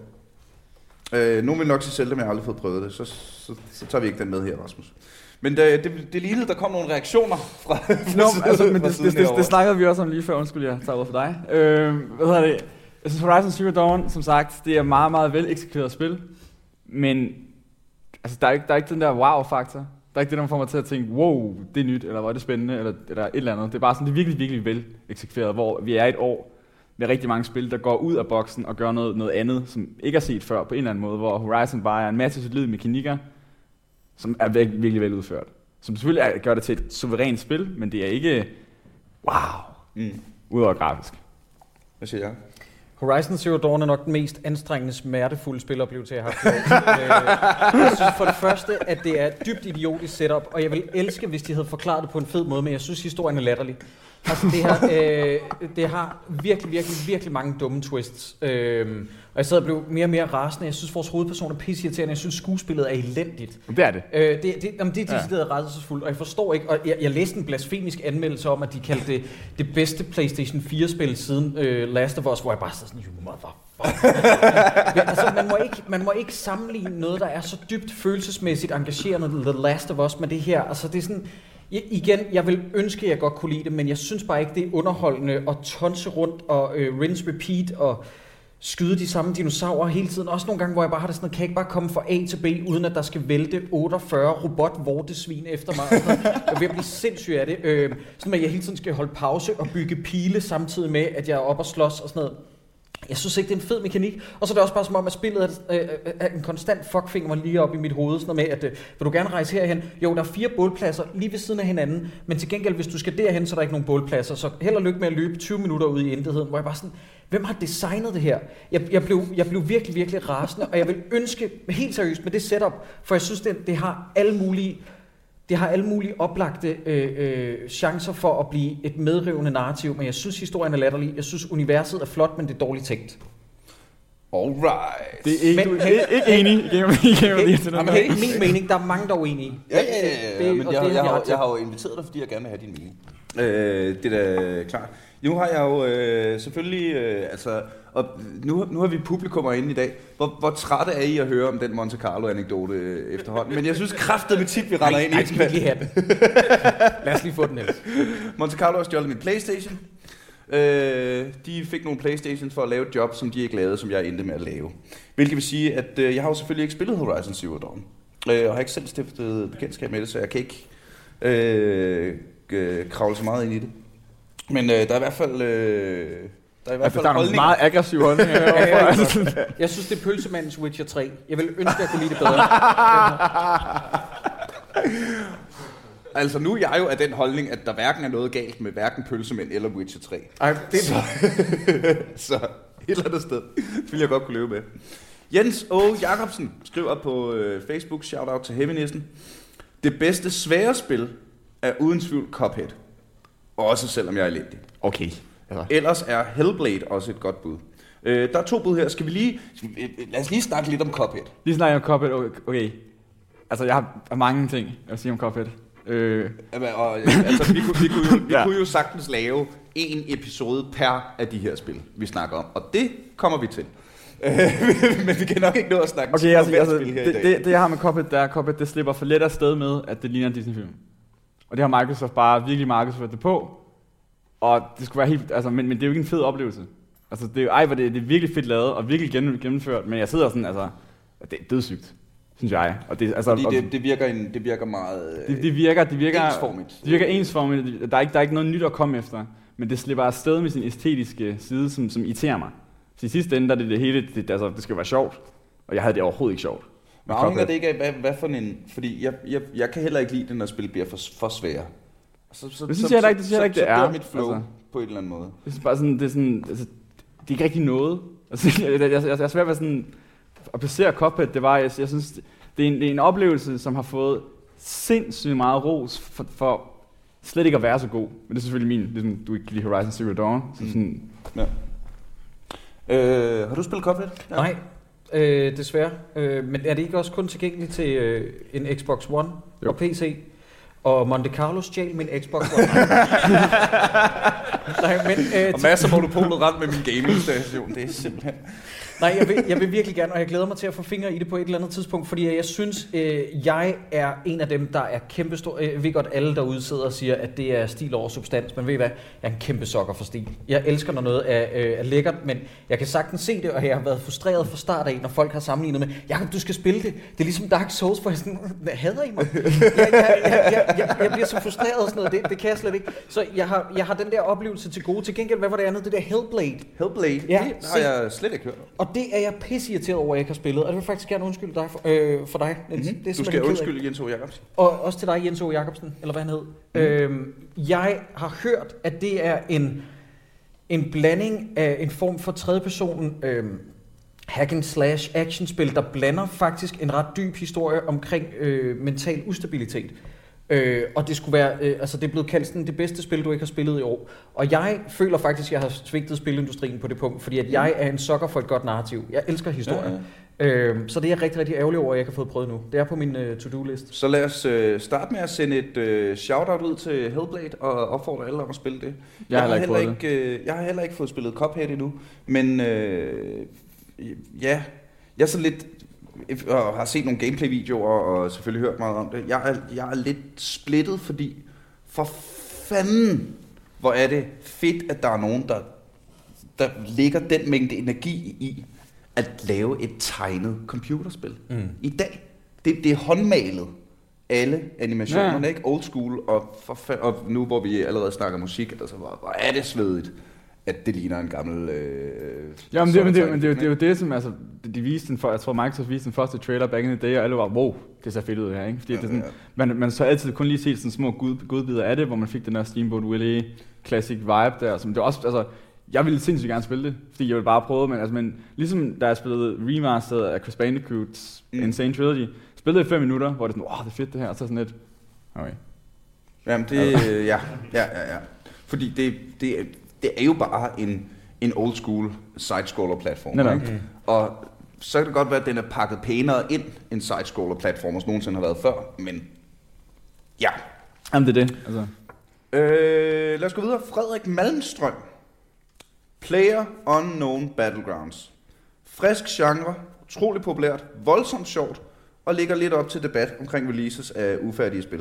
Øh, nogen vil nok sige selv, at jeg aldrig har fået prøvet det, så, så, så tager vi ikke den med her, Rasmus. Men det, det, det lignede, der kom nogle reaktioner fra, fra Nå, siden, altså, men fra det, det, det, det snakkede vi også om lige før, undskyld, jeg tager ud for dig. Øh, hvad hedder det? Jeg synes, Horizon Zero Dawn, som sagt, det er meget, meget vel eksekveret spil. Men altså, der, er ikke, der er ikke den der wow-faktor. Der er ikke det, der får mig til at tænke, wow, det er nyt, eller hvor er det spændende, eller, eller et eller andet. Det er bare sådan, det er virkelig, virkelig vel eksekveret, hvor vi er et år med rigtig mange spil, der går ud af boksen og gør noget, noget andet, som ikke er set før på en eller anden måde, hvor Horizon bare er en masse solide mekanikker, som er virkelig, virkelig vel udført. Som selvfølgelig er, gør det til et suverænt spil, men det er ikke wow, mm. udover grafisk. Hvad siger jeg? Horizon Zero Dawn er nok den mest anstrengende, smertefulde spiloplevelse, jeg har haft. Jeg synes for det første, at det er et dybt idiotisk setup, og jeg vil elske, hvis de havde forklaret det på en fed måde, men jeg synes, historien er latterlig. Altså, det har, øh, det har virkelig, virkelig, virkelig mange dumme twists. Øhm, og jeg sad og blev mere og mere rasende. Jeg synes, vores hovedperson er pisseirriterende. Jeg synes, skuespillet er elendigt. Det er det. Øh, det, det, jamen, det er decideret ja. rædselsfuldt, og jeg forstår ikke. Og jeg, jeg læste en blasfemisk anmeldelse om, at de kaldte det det bedste PlayStation fire-spil siden øh, Last of Us, hvor jeg bare sad sådan, you motherfucker. Ja, altså, man må, ikke, man må ikke sammenligne noget, der er så dybt følelsesmæssigt engagerende, The Last of Us, med det her. Altså, det er sådan... Ja, igen, jeg vil ønske, at jeg godt kunne lide det, men jeg synes bare ikke, det er underholdende at tonse rundt og øh, rinse repeat og skyde de samme dinosaurer hele tiden. Også nogle gange, hvor jeg bare har det sådan, kan jeg ikke bare komme fra A til B, uden at der skal vælte otteogfyrre robot-vortesvin efter mig. Jeg er ved at blive sindssyg af det. Øh, sådan at jeg hele tiden skal holde pause og bygge pile, samtidig med, at jeg er oppe og slås og sådan noget. Jeg synes ikke, det er en fed mekanik. Og så er det også bare som om, at spillet er, øh, er en konstant fuckfinger lige op i mit hoved. Sådan med, at øh, vil du gerne rejse herhen? Jo, der er fire bålpladser lige ved siden af hinanden. Men til gengæld, hvis du skal derhen, så er der ikke nogen bålpladser. Så held og lykke med at løbe tyve minutter ud i intetheden. Hvor jeg bare sådan, hvem har designet det her? Jeg, jeg, blev, jeg blev virkelig, virkelig rasende. Og jeg vil ønske, helt seriøst med det setup, for jeg synes, det, det har alle mulige... Det har alle mulige oplagte øh, øh, chancer for at blive et medrivende narrativ, men jeg synes, historien er latterlig. Jeg synes, universet er flot, men det er dårligt tænkt. Alright. Det er ikke, men, du er ikke, ikke enig. Det er ikke min mening. Der er mange, der er uenige. Ja, ja, ja. ja. Det, men jeg, det, jeg, har, jeg har jo inviteret dig, fordi jeg gerne vil have din mening. Øh, det er da klart. Nu har jeg jo øh, selvfølgelig, øh, altså, og nu, nu har vi publikummer inde i dag. Hvor, hvor trætte er I at høre om den Monte Carlo-anekdote øh, efterhånden? Men jeg synes kraftedeme tit, vi render ind i. Nej, skal vi lige have den. Lad os lige få den ellers. Monte Carlo har stjålet min PlayStation. Øh, de fik nogle PlayStations for at lave et job, som de ikke lavede, som jeg endte med at lave. Hvilket vil sige, at øh, jeg har jo selvfølgelig ikke spillet Horizon Zero Dawn. Øh, og har ikke selv stiftet bekendtskab med det, så jeg kan ikke øh, øh, kravle så meget ind i det. Men øh, der er i hvert fald... Øh, der er i hvert Altså, fald der er nogle holdninger. meget aggressive holdninger Ja, herovre. ja, jeg synes, det er pølsemandens Witcher tre. Jeg vil ønske, at jeg kunne lide det bedre. Altså, nu er jeg jo af den holdning, at der hverken er noget galt med hverken pølsemænd eller Witcher tre. Ej, det Så, så et eller andet sted vil jeg godt kunne leve med. Jens O. Jacobsen skriver på øh, Facebook, shout-out til Heavynissen. Det bedste svære spil er uden tvivl Cuphead. Også selvom jeg er elendig. Okay. Altså. Ellers er Hellblade også et godt bud. Øh, der er to bud her. Skal vi lige... Skal vi, øh, lad os lige snakke lidt om Cuphead. Lige snakker om Cuphead, okay. Altså, jeg har mange ting at sige om Cuphead. Øh. Og, altså, vi kunne, vi kunne, jo, vi Ja. kunne jo sagtens lave en episode per af de her spil, vi snakker om. Og det kommer vi til. Men vi kan nok ikke nå at snakke Okay, om altså, hvert altså spil her det, i dag. det, det jeg har med Cuphead, der er Cuphead, det slipper for let afsted med, at det ligner en Disney-film. Og det har Microsoft bare virkelig markedsført det på. Og det skulle være helt, altså, men, men det er jo ikke en fed oplevelse. Altså, det er jo, ej, hvor det, det er virkelig fedt lavet, og virkelig gennem, gennemført, men jeg sidder sådan, altså, det er dødssygt, synes jeg. Og det, altså, Fordi og, det, det, virker en, det virker meget det, det virker, det virker, ensformigt. Det virker ensformigt, der er, ikke, der er ikke noget nyt at komme efter, men det slipper afsted med sin æstetiske side, som, som irriterer mig. Så i sidste ende, der er det det hele, det, altså, det skal jo være sjovt, og jeg havde det overhovedet ikke sjovt. Men afhænger det ikke af, hvad, hvad for en... Fordi jeg, jeg, jeg kan heller ikke lide det, når spil bliver for, for svære. Så, så, Det synes jeg heller ikke, det synes jeg så, ikke, det så, er. Så dør mit flow Altså. på en eller anden måde. Jeg synes bare sådan, det er sådan, altså, det er ikke rigtig noget. Altså, jeg, jeg, jeg, jeg er svært ved sådan, at placere Cuphead, det var, jeg, jeg synes, det er, en, det er en oplevelse, som har fået sindssygt meget ros for, for slet ikke at være så god. Men det er selvfølgelig min, ligesom du ikke kan lide Horizon Zero Dawn. Så sådan, Ja. Øh, har du spillet Cuphead? Ja. Nej, øh, desværre. Øh, men er det ikke også kun tilgængeligt til øh, en Xbox One Jo. og P C? Og Monte Carlo stjal min Xbox One. Nej, men, øh, Og masser af monopolet ret med min gamingstation. Det er simpelthen... Nej, jeg vil, jeg vil virkelig gerne, og jeg glæder mig til at få fingre i det på et eller andet tidspunkt, fordi jeg synes, øh, jeg er en af dem, der er kæmpestor. Jeg ved godt, alle derude sidder og siger, at det er stil over substans, men ved I hvad? Jeg er en kæmpe sokker for stil. Jeg elsker, når noget er, øh, er lækkert, men jeg kan sagtens se det, og jeg har været frustreret fra start af, når folk har sammenlignet med, Jakob, du skal spille det. Det er ligesom Dark Souls, for jeg sådan, hader I mig? Jeg, jeg, jeg, jeg, jeg, jeg bliver så frustreret og sådan noget, det, det kan jeg slet ikke. Så jeg har, jeg har den der oplevelse til gode. Til gengæld, hvad var det andet? Det der Hellblade. Hellblade? Ja, Det har jeg slet ikke hørt om. Og det er jeg pisseirriteret over, at jeg ikke har spillet. Og det vil faktisk gerne undskylde dig for, øh, for dig, Niels. Mm-hmm. Det er Du skal simpelthen ked af. undskylde Jens O. Jacobsen. Og også til dig, Jens O. Jacobsen, eller hvad han hed. Mm. Øhm, jeg har hørt, at det er en, en blanding af en form for tredjeperson øhm, hack and slash actionspil, der blander faktisk en ret dyb historie omkring øh, mental ustabilitet. Øh, og det skulle være, øh, altså det er blevet kaldt sådan det bedste spil, du ikke har spillet i år. Og jeg føler faktisk, at jeg har svigtet spilindustrien på det punkt, fordi at jeg er en sokker for et godt narrativ. Jeg elsker historie. Ja, ja. Øh, så det er jeg rigtig, rigtig ærgerlig over, at jeg ikke har fået prøvet nu. Det er på min uh, to-do-list. Så lad os øh, starte med at sende et øh, shout-out ud til Hellblade og opfordre alle om at spille det. Jeg har har heller heller ikke ikke, øh, jeg har heller ikke fået spillet Cuphead endnu, men øh, ja, jeg er så lidt... og har set nogle gameplay-videoer og selvfølgelig hørt meget om det. Jeg er, jeg er lidt splittet, fordi for fanden, hvor er det fedt, at der er nogen, der, der lægger den mængde energi i at lave et tegnet computerspil. Mm. I dag, det, det er håndmalet. Alle animationerne, ja. Ikke? Old school, og, for, og nu hvor vi allerede snakker musik, altså, hvor, hvor er det svedigt, at det ligner en gammel... Øh, ja, men det, men, det, men det, det er jo det, som altså, de viste den for, jeg tror Microsoft viste den første trailer back in the day, og alle var, wow, det ser fedt ud her, ikke? Fordi ja, det er sådan, ja. man, man så altid kun lige set sådan små god, godbidder af det, hvor man fik den der Steamboat Willie classic vibe der, som det også, altså, jeg ville sindssygt gerne spille det, fordi jeg ville bare prøve, men, altså, men ligesom da jeg spillede remasteret af Crash Bandicoots mm. Insane Trilogy, spillede i fem minutter, hvor det sådan, åh, oh, det er fedt det her, og så sådan lidt, okay. Jamen det, ja, ja, ja, ja. Fordi det, det, det er jo bare en, en old school side-scroller platform, nej, nej. Ikke? Mm. Og så kan det godt være, at den er pakket pænere ind, end side-scroller platform, som nogensinde har været før, men ja. Jamen det er det, altså. Øh, lad os gå videre. Frederik Malmstrøm. Player Unknown Battlegrounds. Frisk genre, utrolig populært, voldsomt sjovt, og ligger lidt op til debat omkring releases af ufærdige spil.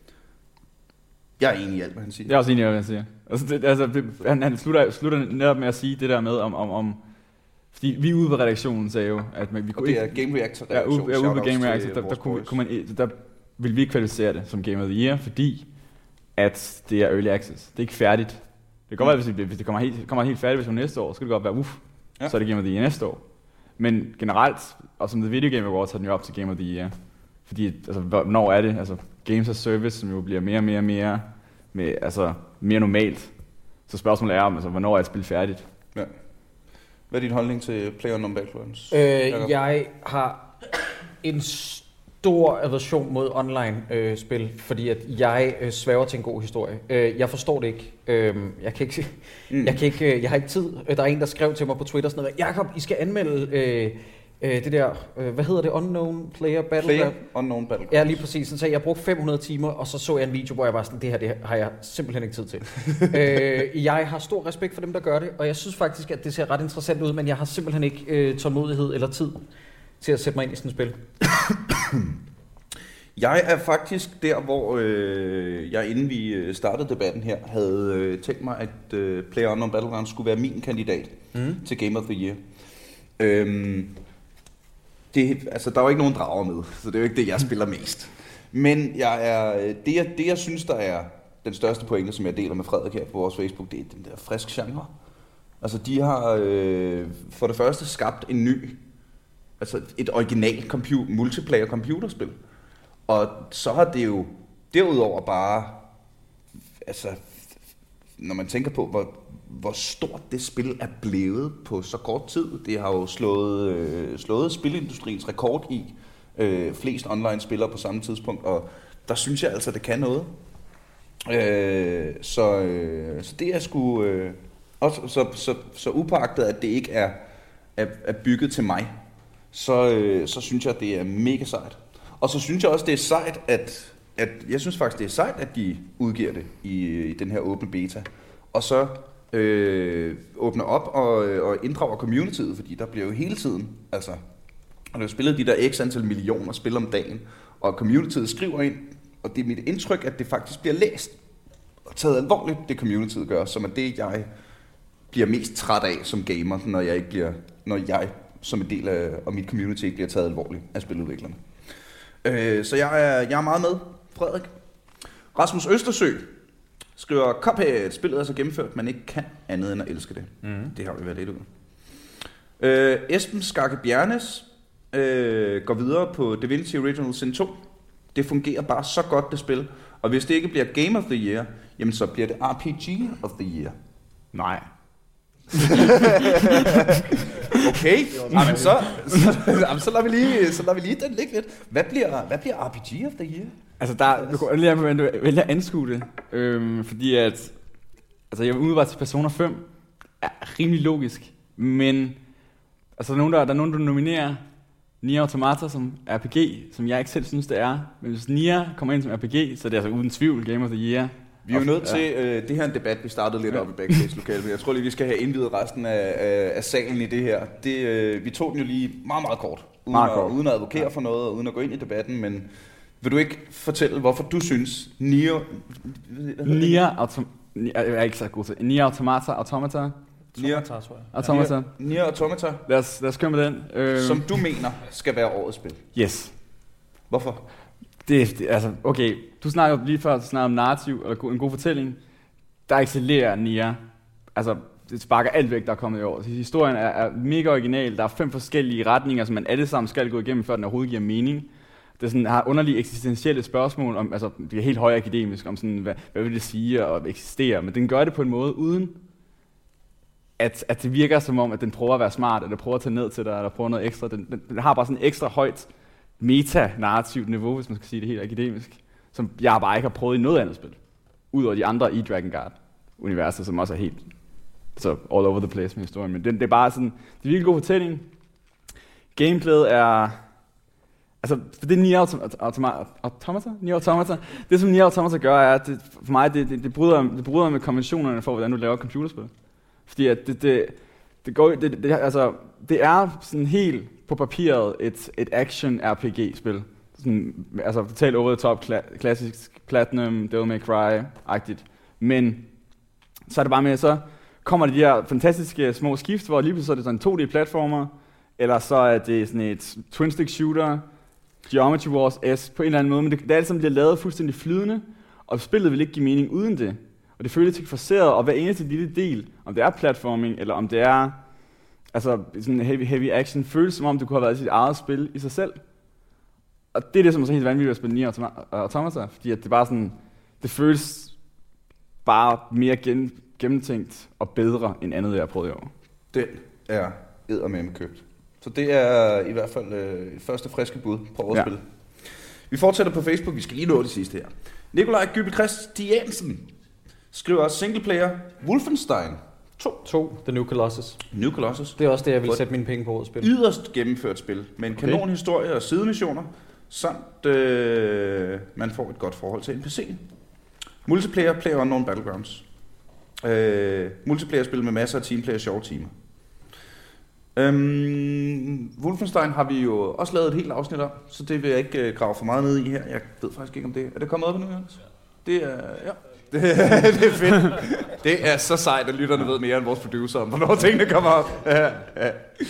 Jeg er enig i alt, hvad han siger. Jeg er også enig i, hvad han siger. Altså, det, altså, det, han, han slutter, slutter netop med at sige det der med, om, om, om fordi vi ude på redaktionen sagde jo, at man, vi kunne det er ikke... Game Reactor ja, ude, ja, ude på Game Reactor, der, der, der, kunne, kunne man, der ville vi ikke kvalificere det som Game of the Year, fordi at det er early access. Det er ikke færdigt. Det kan godt være, hvis det, hvis det kommer, helt, kommer helt færdigt version næste år, så kan det godt være, uff, ja. Så er det Game of the Year næste år. Men generelt, og som The Video Game Awards, har den jo op til Game of the Year. Fordi, altså, hvornår er det? Altså, Games as Service, som jo bliver mere og mere og mere, med, altså, mere normalt. Så spørgsmålet er, om, altså, hvornår er et spil færdigt? Ja. Hvad er din holdning til PlayerUnknown's Battlegrounds? Øh, jeg har en stor aversion mod online-spil, øh, fordi at jeg øh, svæver til en god historie. Øh, jeg forstår det ikke. Øh, jeg kan ikke, mm. jeg kan ikke, øh, jeg har ikke tid. Der er en, der skrev til mig på Twitter sådan noget: Jakob, I skal anmelde øh, øh, det der, øh, hvad hedder det, Unknown Player Battleground? PlayerUnknown's Battlegrounds. Ja, lige præcis. Så sagde jeg, jeg brugte fem hundrede timer, og så så jeg en video, hvor jeg var sådan, det her, det har jeg simpelthen ikke tid til. øh, jeg har stor respekt for dem, der gør det, og jeg synes faktisk, at det ser ret interessant ud, men jeg har simpelthen ikke øh, tålmodighed eller tid til at sætte mig ind i sådan et spil. Jeg er faktisk der, hvor øh, jeg inden vi startede debatten her, havde øh, tænkt mig, at øh, PlayerUnknown's Battlegrounds skulle være min kandidat mm. til Game of the Year. Øhm, det, altså, der er jo ikke nogen drager med, så det er jo ikke det, jeg spiller mest. Men jeg er, det, jeg, det, jeg synes, der er den største pointe, som jeg deler med Frederik her på vores Facebook, det er den der frisk genre. Altså, de har øh, for det første skabt en ny, altså et original computer, multiplayer computerspil. Og så har det jo derudover bare, altså, når man tænker på, hvor, hvor stort det spil er blevet på så kort tid. Det har jo slået, øh, slået spilindustriens rekord i øh, flest online-spillere på samme tidspunkt, og der synes jeg altså, det kan noget. Øh, så, øh, så det er sgu, øh, også, så, så, så upåagtet, at det ikke er, er, er bygget til mig, så, øh, så synes jeg, det er mega sejt. Og så synes jeg også, det er sejt, at, at jeg synes faktisk, det er sejt, at de udgiver det i, i den her åbne beta. Og så øh, åbner op og, og inddrager communityet, fordi der bliver jo hele tiden, altså, og der er spillet de der x antal millioner spil om dagen, og communityet skriver ind, og det er mit indtryk, at det faktisk bliver læst og taget alvorligt, det communityet gør, som er det, jeg bliver mest træt af som gamer, når jeg ikke bliver, når jeg som en del af og mit community ikke bliver taget alvorligt af spiludviklerne. Øh, så jeg er, jeg er meget med, Frederik. Rasmus Østersø skriver, Cuphead, spillet er så gennemført, man ikke kan andet end at elske det. Mm. Det har vi været lidt ud. Øh, Esben Skakke Bjernes øh, går videre på Divinity Original Sin to. Det fungerer bare så godt, det spil. Og hvis det ikke bliver Game of the Year, jamen så bliver det R P G of the Year. Nej. Okay, jamen så, så, jamen så, lader vi lige, så lader vi lige den ligge lidt. Hvad bliver, hvad bliver R P G of the Year? Altså, der, du kan lige hvordan du vælger at anskue det. Øhm, fordi at, altså jeg umiddelbart til Persona fem er rimelig logisk. Men, altså der er nogen, der, der, er nogen, der nominerer Nier Automata som R P G, som jeg ikke selv synes, det er. Men hvis Nier kommer ind som R P G, så er det altså uden tvivl Game of the Year. Vi er jo nødt til, øh, det her er en debat, vi startede lidt op i backstage-lokalet, men jeg tror lige, vi skal have indvidet resten af, af, af salen i det her. Det, øh, vi tog den jo lige meget, meget kort, uden, meget at, kort. uden at advokere ja. for noget, og uden at gå ind i debatten, men vil du ikke fortælle, hvorfor du synes, Nier... Nier Automata... Jeg er ikke så god til. Nier Automata, Automata... Nier Automata. Nier Automata. Lad os, lad os køre med den. Øh... Som du mener skal være årets spil. Yes. Hvorfor? Det, det, altså, okay, du snakker lige før, du snakker om narrativ, eller en god fortælling. Der excellerer Nier. Altså, det sparker alt væk, der er kommet i år. Historien er, er mega original. Der er fem forskellige retninger, som man alle sammen skal gå igennem, før den overhovedet giver mening. Det er sådan, har underlige eksistentielle spørgsmål, om, altså, det er helt højt akademisk, om sådan, hvad, hvad vil det sige at eksistere. Men den gør det på en måde, uden at, at det virker som om, at den prøver at være smart, eller prøver at tage ned til dig, eller prøver noget ekstra. Den, den, den har bare sådan et ekstra højt meta-narrativt niveau, hvis man skal sige det helt akademisk, som jeg bare ikke har prøvet i noget andet spil. Udover de andre i Dragon Guard-universet, som også er helt så all over the place med historien. Men det, det er bare sådan, det er virkelig god fortælling. Gameplayet er... Altså, for det Nier Automata, Automata? Nier Automata, det som Nier Automata gør, er, at det, for mig, det, det, det, bryder, det bryder med konventionerne for, hvordan du laver computerspil. Fordi at det, det, det, går, det, det, altså, det er sådan helt på papiret et, et action R P G-spil. Sådan, altså totalt over the top, kla- klassisk Platinum, Devil May Cry-agtigt. Men så er det bare med, så kommer de her fantastiske små skift, hvor lige pludselig er det sådan to D-platformer, eller så er det sådan et twin-stick shooter, Geometry Wars S på en eller anden måde, men det, det er alt sammen bliver lavet fuldstændig flydende, og spillet vil ikke give mening uden det. Og det føles ikke forseret, og hver eneste lille del, om det er platforming, eller om det er altså, sådan heavy, heavy action, føles som om det kunne have været sit eget spil i sig selv. Og det er det, som er så helt vanvittigt at spille Nier Automata, fordi at det bare sådan, det føles bare mere gen, gennemtænkt og bedre end andet, jeg har prøvet i år. Den er eddermame købt. Så det er i hvert fald øh, første friske bud på overspil. Ja. Vi fortsætter på Facebook, vi skal lige nå det sidste her. Nikolaj Gybel Christiansen skriver singleplayer Wolfenstein to. to. The New Colossus. New Colossus. Det er også det, jeg vil sætte mine penge på at spille. Yderst gennemført spil med en kanon historie og sidemissioner, samt øh, man får et godt forhold til N P C'en. Multiplayer, Player Unknown Battlegrounds. Øh, multiplayer-spil med masser af teamplayer og sjove timer. Øhm, Wolfenstein har vi jo også lavet et helt afsnit om, så det vil jeg ikke øh, grave for meget ned i her. Jeg ved faktisk ikke, om det er. Er det kommet op nu, Jens? Det er, ja. Det, det er fedt. Det er så sejt, at lytterne ved mere end vores producer om, hvornår tingene kommer op. Ja, ja.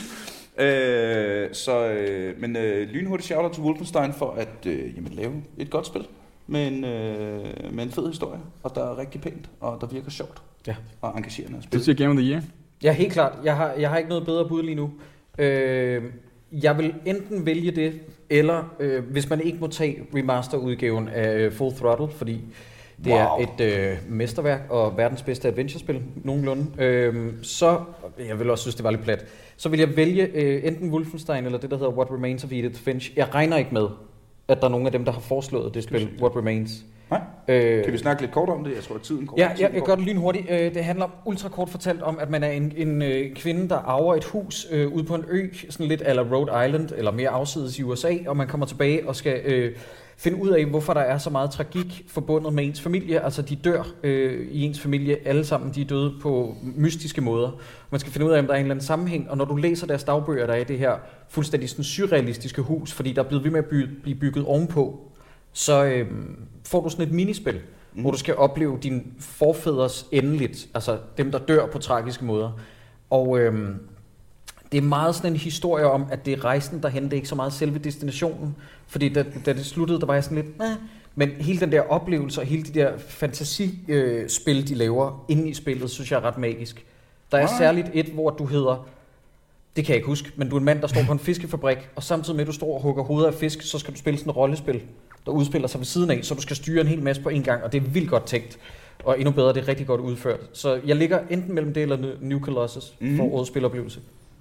Øh, så, øh, men øh, lynhurtigt shout-out til Wolfenstein for at øh, jamen, lave et godt spil med en, øh, med en fed historie, og der er rigtig pænt, og der virker sjovt ja. og engagerende at spille. Du siger Game of the Year? Ja, helt klart. Jeg har, jeg har ikke noget bedre bud lige nu. Øh, jeg vil enten vælge det, eller øh, hvis man ikke må tage remasterudgaven af Full Throttle, fordi det wow. er et øh, mesterværk og verdens bedste adventure-spil, nogenlunde, øh, så, jeg vil også synes, det var lidt plat, så vil jeg vælge øh, enten Wolfenstein eller det, der hedder What Remains of Edith Finch. Jeg regner ikke med, at der er nogen af dem, der har foreslået det spil, What Remains. Nej. Øh, kan vi snakke lidt kort om det? Jeg tror, at tiden kort. Ja, jeg, jeg gør det lynhurtigt. Øh, det handler ultra kort fortalt om, at man er en, en øh, kvinde, der arver et hus øh, ude på en ø, sådan lidt a la Rhode Island, eller mere afsides i U S A, og man kommer tilbage og skal øh, finde ud af, hvorfor der er så meget tragik forbundet med ens familie. Altså, de dør øh, i ens familie, alle sammen, de er døde på mystiske måder. Man skal finde ud af, om der er en eller anden sammenhæng, og når du læser deres dagbøger, der er i det her fuldstændig sådan surrealistiske hus, fordi der er blevet ved med at by- blive bygget ovenpå, så øh, får du sådan et minispil, mm. hvor du skal opleve dine forfædres endeligt, altså dem, der dør på tragiske måder. Og øh, det er meget sådan en historie om, at det er rejsen derhen, det er ikke så meget selve destinationen, fordi da, da det sluttede, der var jeg sådan lidt, nah. Men hele den der oplevelse og hele de der fantasispil, øh, de laver inde i spillet, synes jeg er ret magisk. Der er særligt et, hvor du hedder, det kan jeg ikke huske, men du er en mand, der står på en fiskefabrik, og samtidig med, at du står og hugger hoveder af fisk, så skal du spille sådan et rollespil, der udspiller sig ved siden af, så du skal styre en hel masse på en gang, og det er vildt godt tænkt. Og endnu bedre, det er rigtig godt udført. Så jeg ligger enten mellem det eller New Colossus mm. for årets spiloplevelse.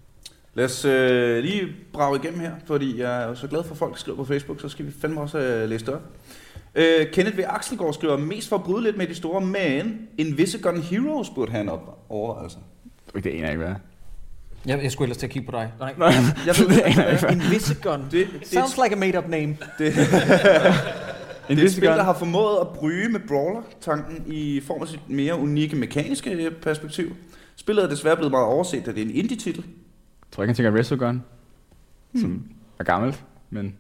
Lad os øh, lige brage igennem her, fordi jeg er så glad for, at folk skriver på Facebook, så skal vi fandme også øh, læse det op. Øh, Kenneth V. Axelgaard skriver, mest for at bryde lidt med de store, men Invisigun Heroes burde have en op overvejelse. Det aner jeg ikke, hvad. Jeg, jeg skulle ellers til at kigge på dig. Nej. Nej. Jeg ved det. Invisigun. Det, det sounds like a made-up name. Det, det er et spil, der har formået at bryde med brawler-tanken i form af sit mere unikke mekaniske perspektiv. Spillet er desværre blevet meget overset, da det er en indie-titel. Jeg tror ikke, han tænker Resogun, hmm. som er gammelt, men...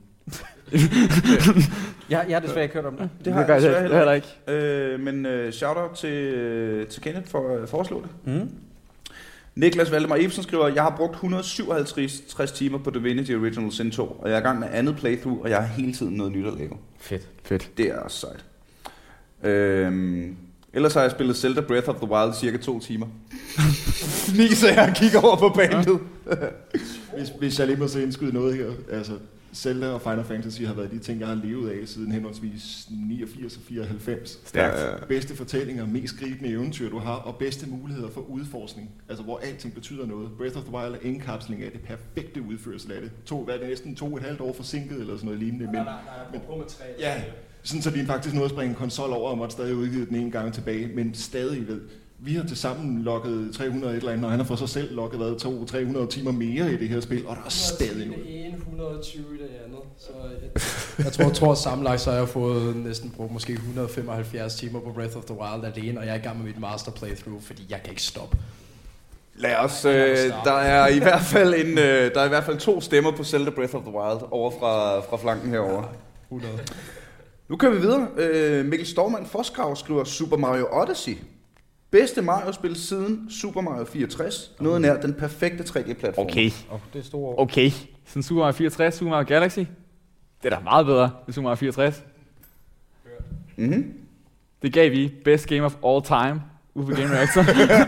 jeg, jeg har desværre ikke hørt om det. Det har det jeg desværre heller, heller ikke. Øh, men uh, shout-out til, til Kenneth for at foreslå det. Mm. Niklas Valdemar Ibsen skriver, jeg har brugt et hundrede og syvoghalvtreds timer på Divinity Original Sin to, og jeg er i gang med andet playthrough, og jeg har hele tiden noget nyt at lave. Fedt. Fedt. Det er også sejt. Øhm, ellers har jeg spillet Zelda Breath of the Wild cirka to timer. Fniser jeg og kigger over på bandet. hvis, hvis jeg lige må så indskyde noget her, altså Zelda og Final Fantasy har været de ting, jeg har levet af siden henholdsvis niogfirs og fireoghalvfems. Stærkt. Bedste fortællinger, mest gribende eventyr, du har, og bedste muligheder for udforskning. Altså, hvor alting betyder noget. Breath of the Wild er indkapsling af det perfekte udførsel af det. To, hvad er det, næsten to og et halvt år forsinket, eller sådan noget lignende. Men, nej, nej, nej, på med tre. Ja, sådan så de faktisk nåede at springe en konsol over, og måtte stadig udgive den en gang tilbage, men stadig ved. Vi har til sammen logget tre hundrede et eller andet, og han har for sig selv logget været to til tre hundrede timer mere i det her spil, og der er stadig noget. Det ene, et hundrede og tyve i det andet. Så jeg, jeg tror, jeg tror sammenlagt, så har jeg fået næsten brugt måske et hundrede og femoghalvfjerds timer på Breath of the Wild alene, og jeg er i gang med mit master playthrough, fordi jeg kan ikke stoppe. Lad os, øh, der er i hvert fald en, øh, der er i hvert fald to stemmer på Zelda Breath of the Wild over fra, fra flanken herover. Ja, hundrede. Nu kører vi videre. Øh, Mikkel Stormand Foskrav skriver Super Mario Odyssey. Bedste Mario-spil siden Super Mario fireogtres. Noget nær den perfekte tre D-platform. Okay. Oh, det er store. Okay. Siden Super Mario fireogtres, Super Mario Galaxy. Det er da meget bedre end Super Mario fireogtres. Mhm. Det gav vi Best Game of All Time. Ude på Game Reactor.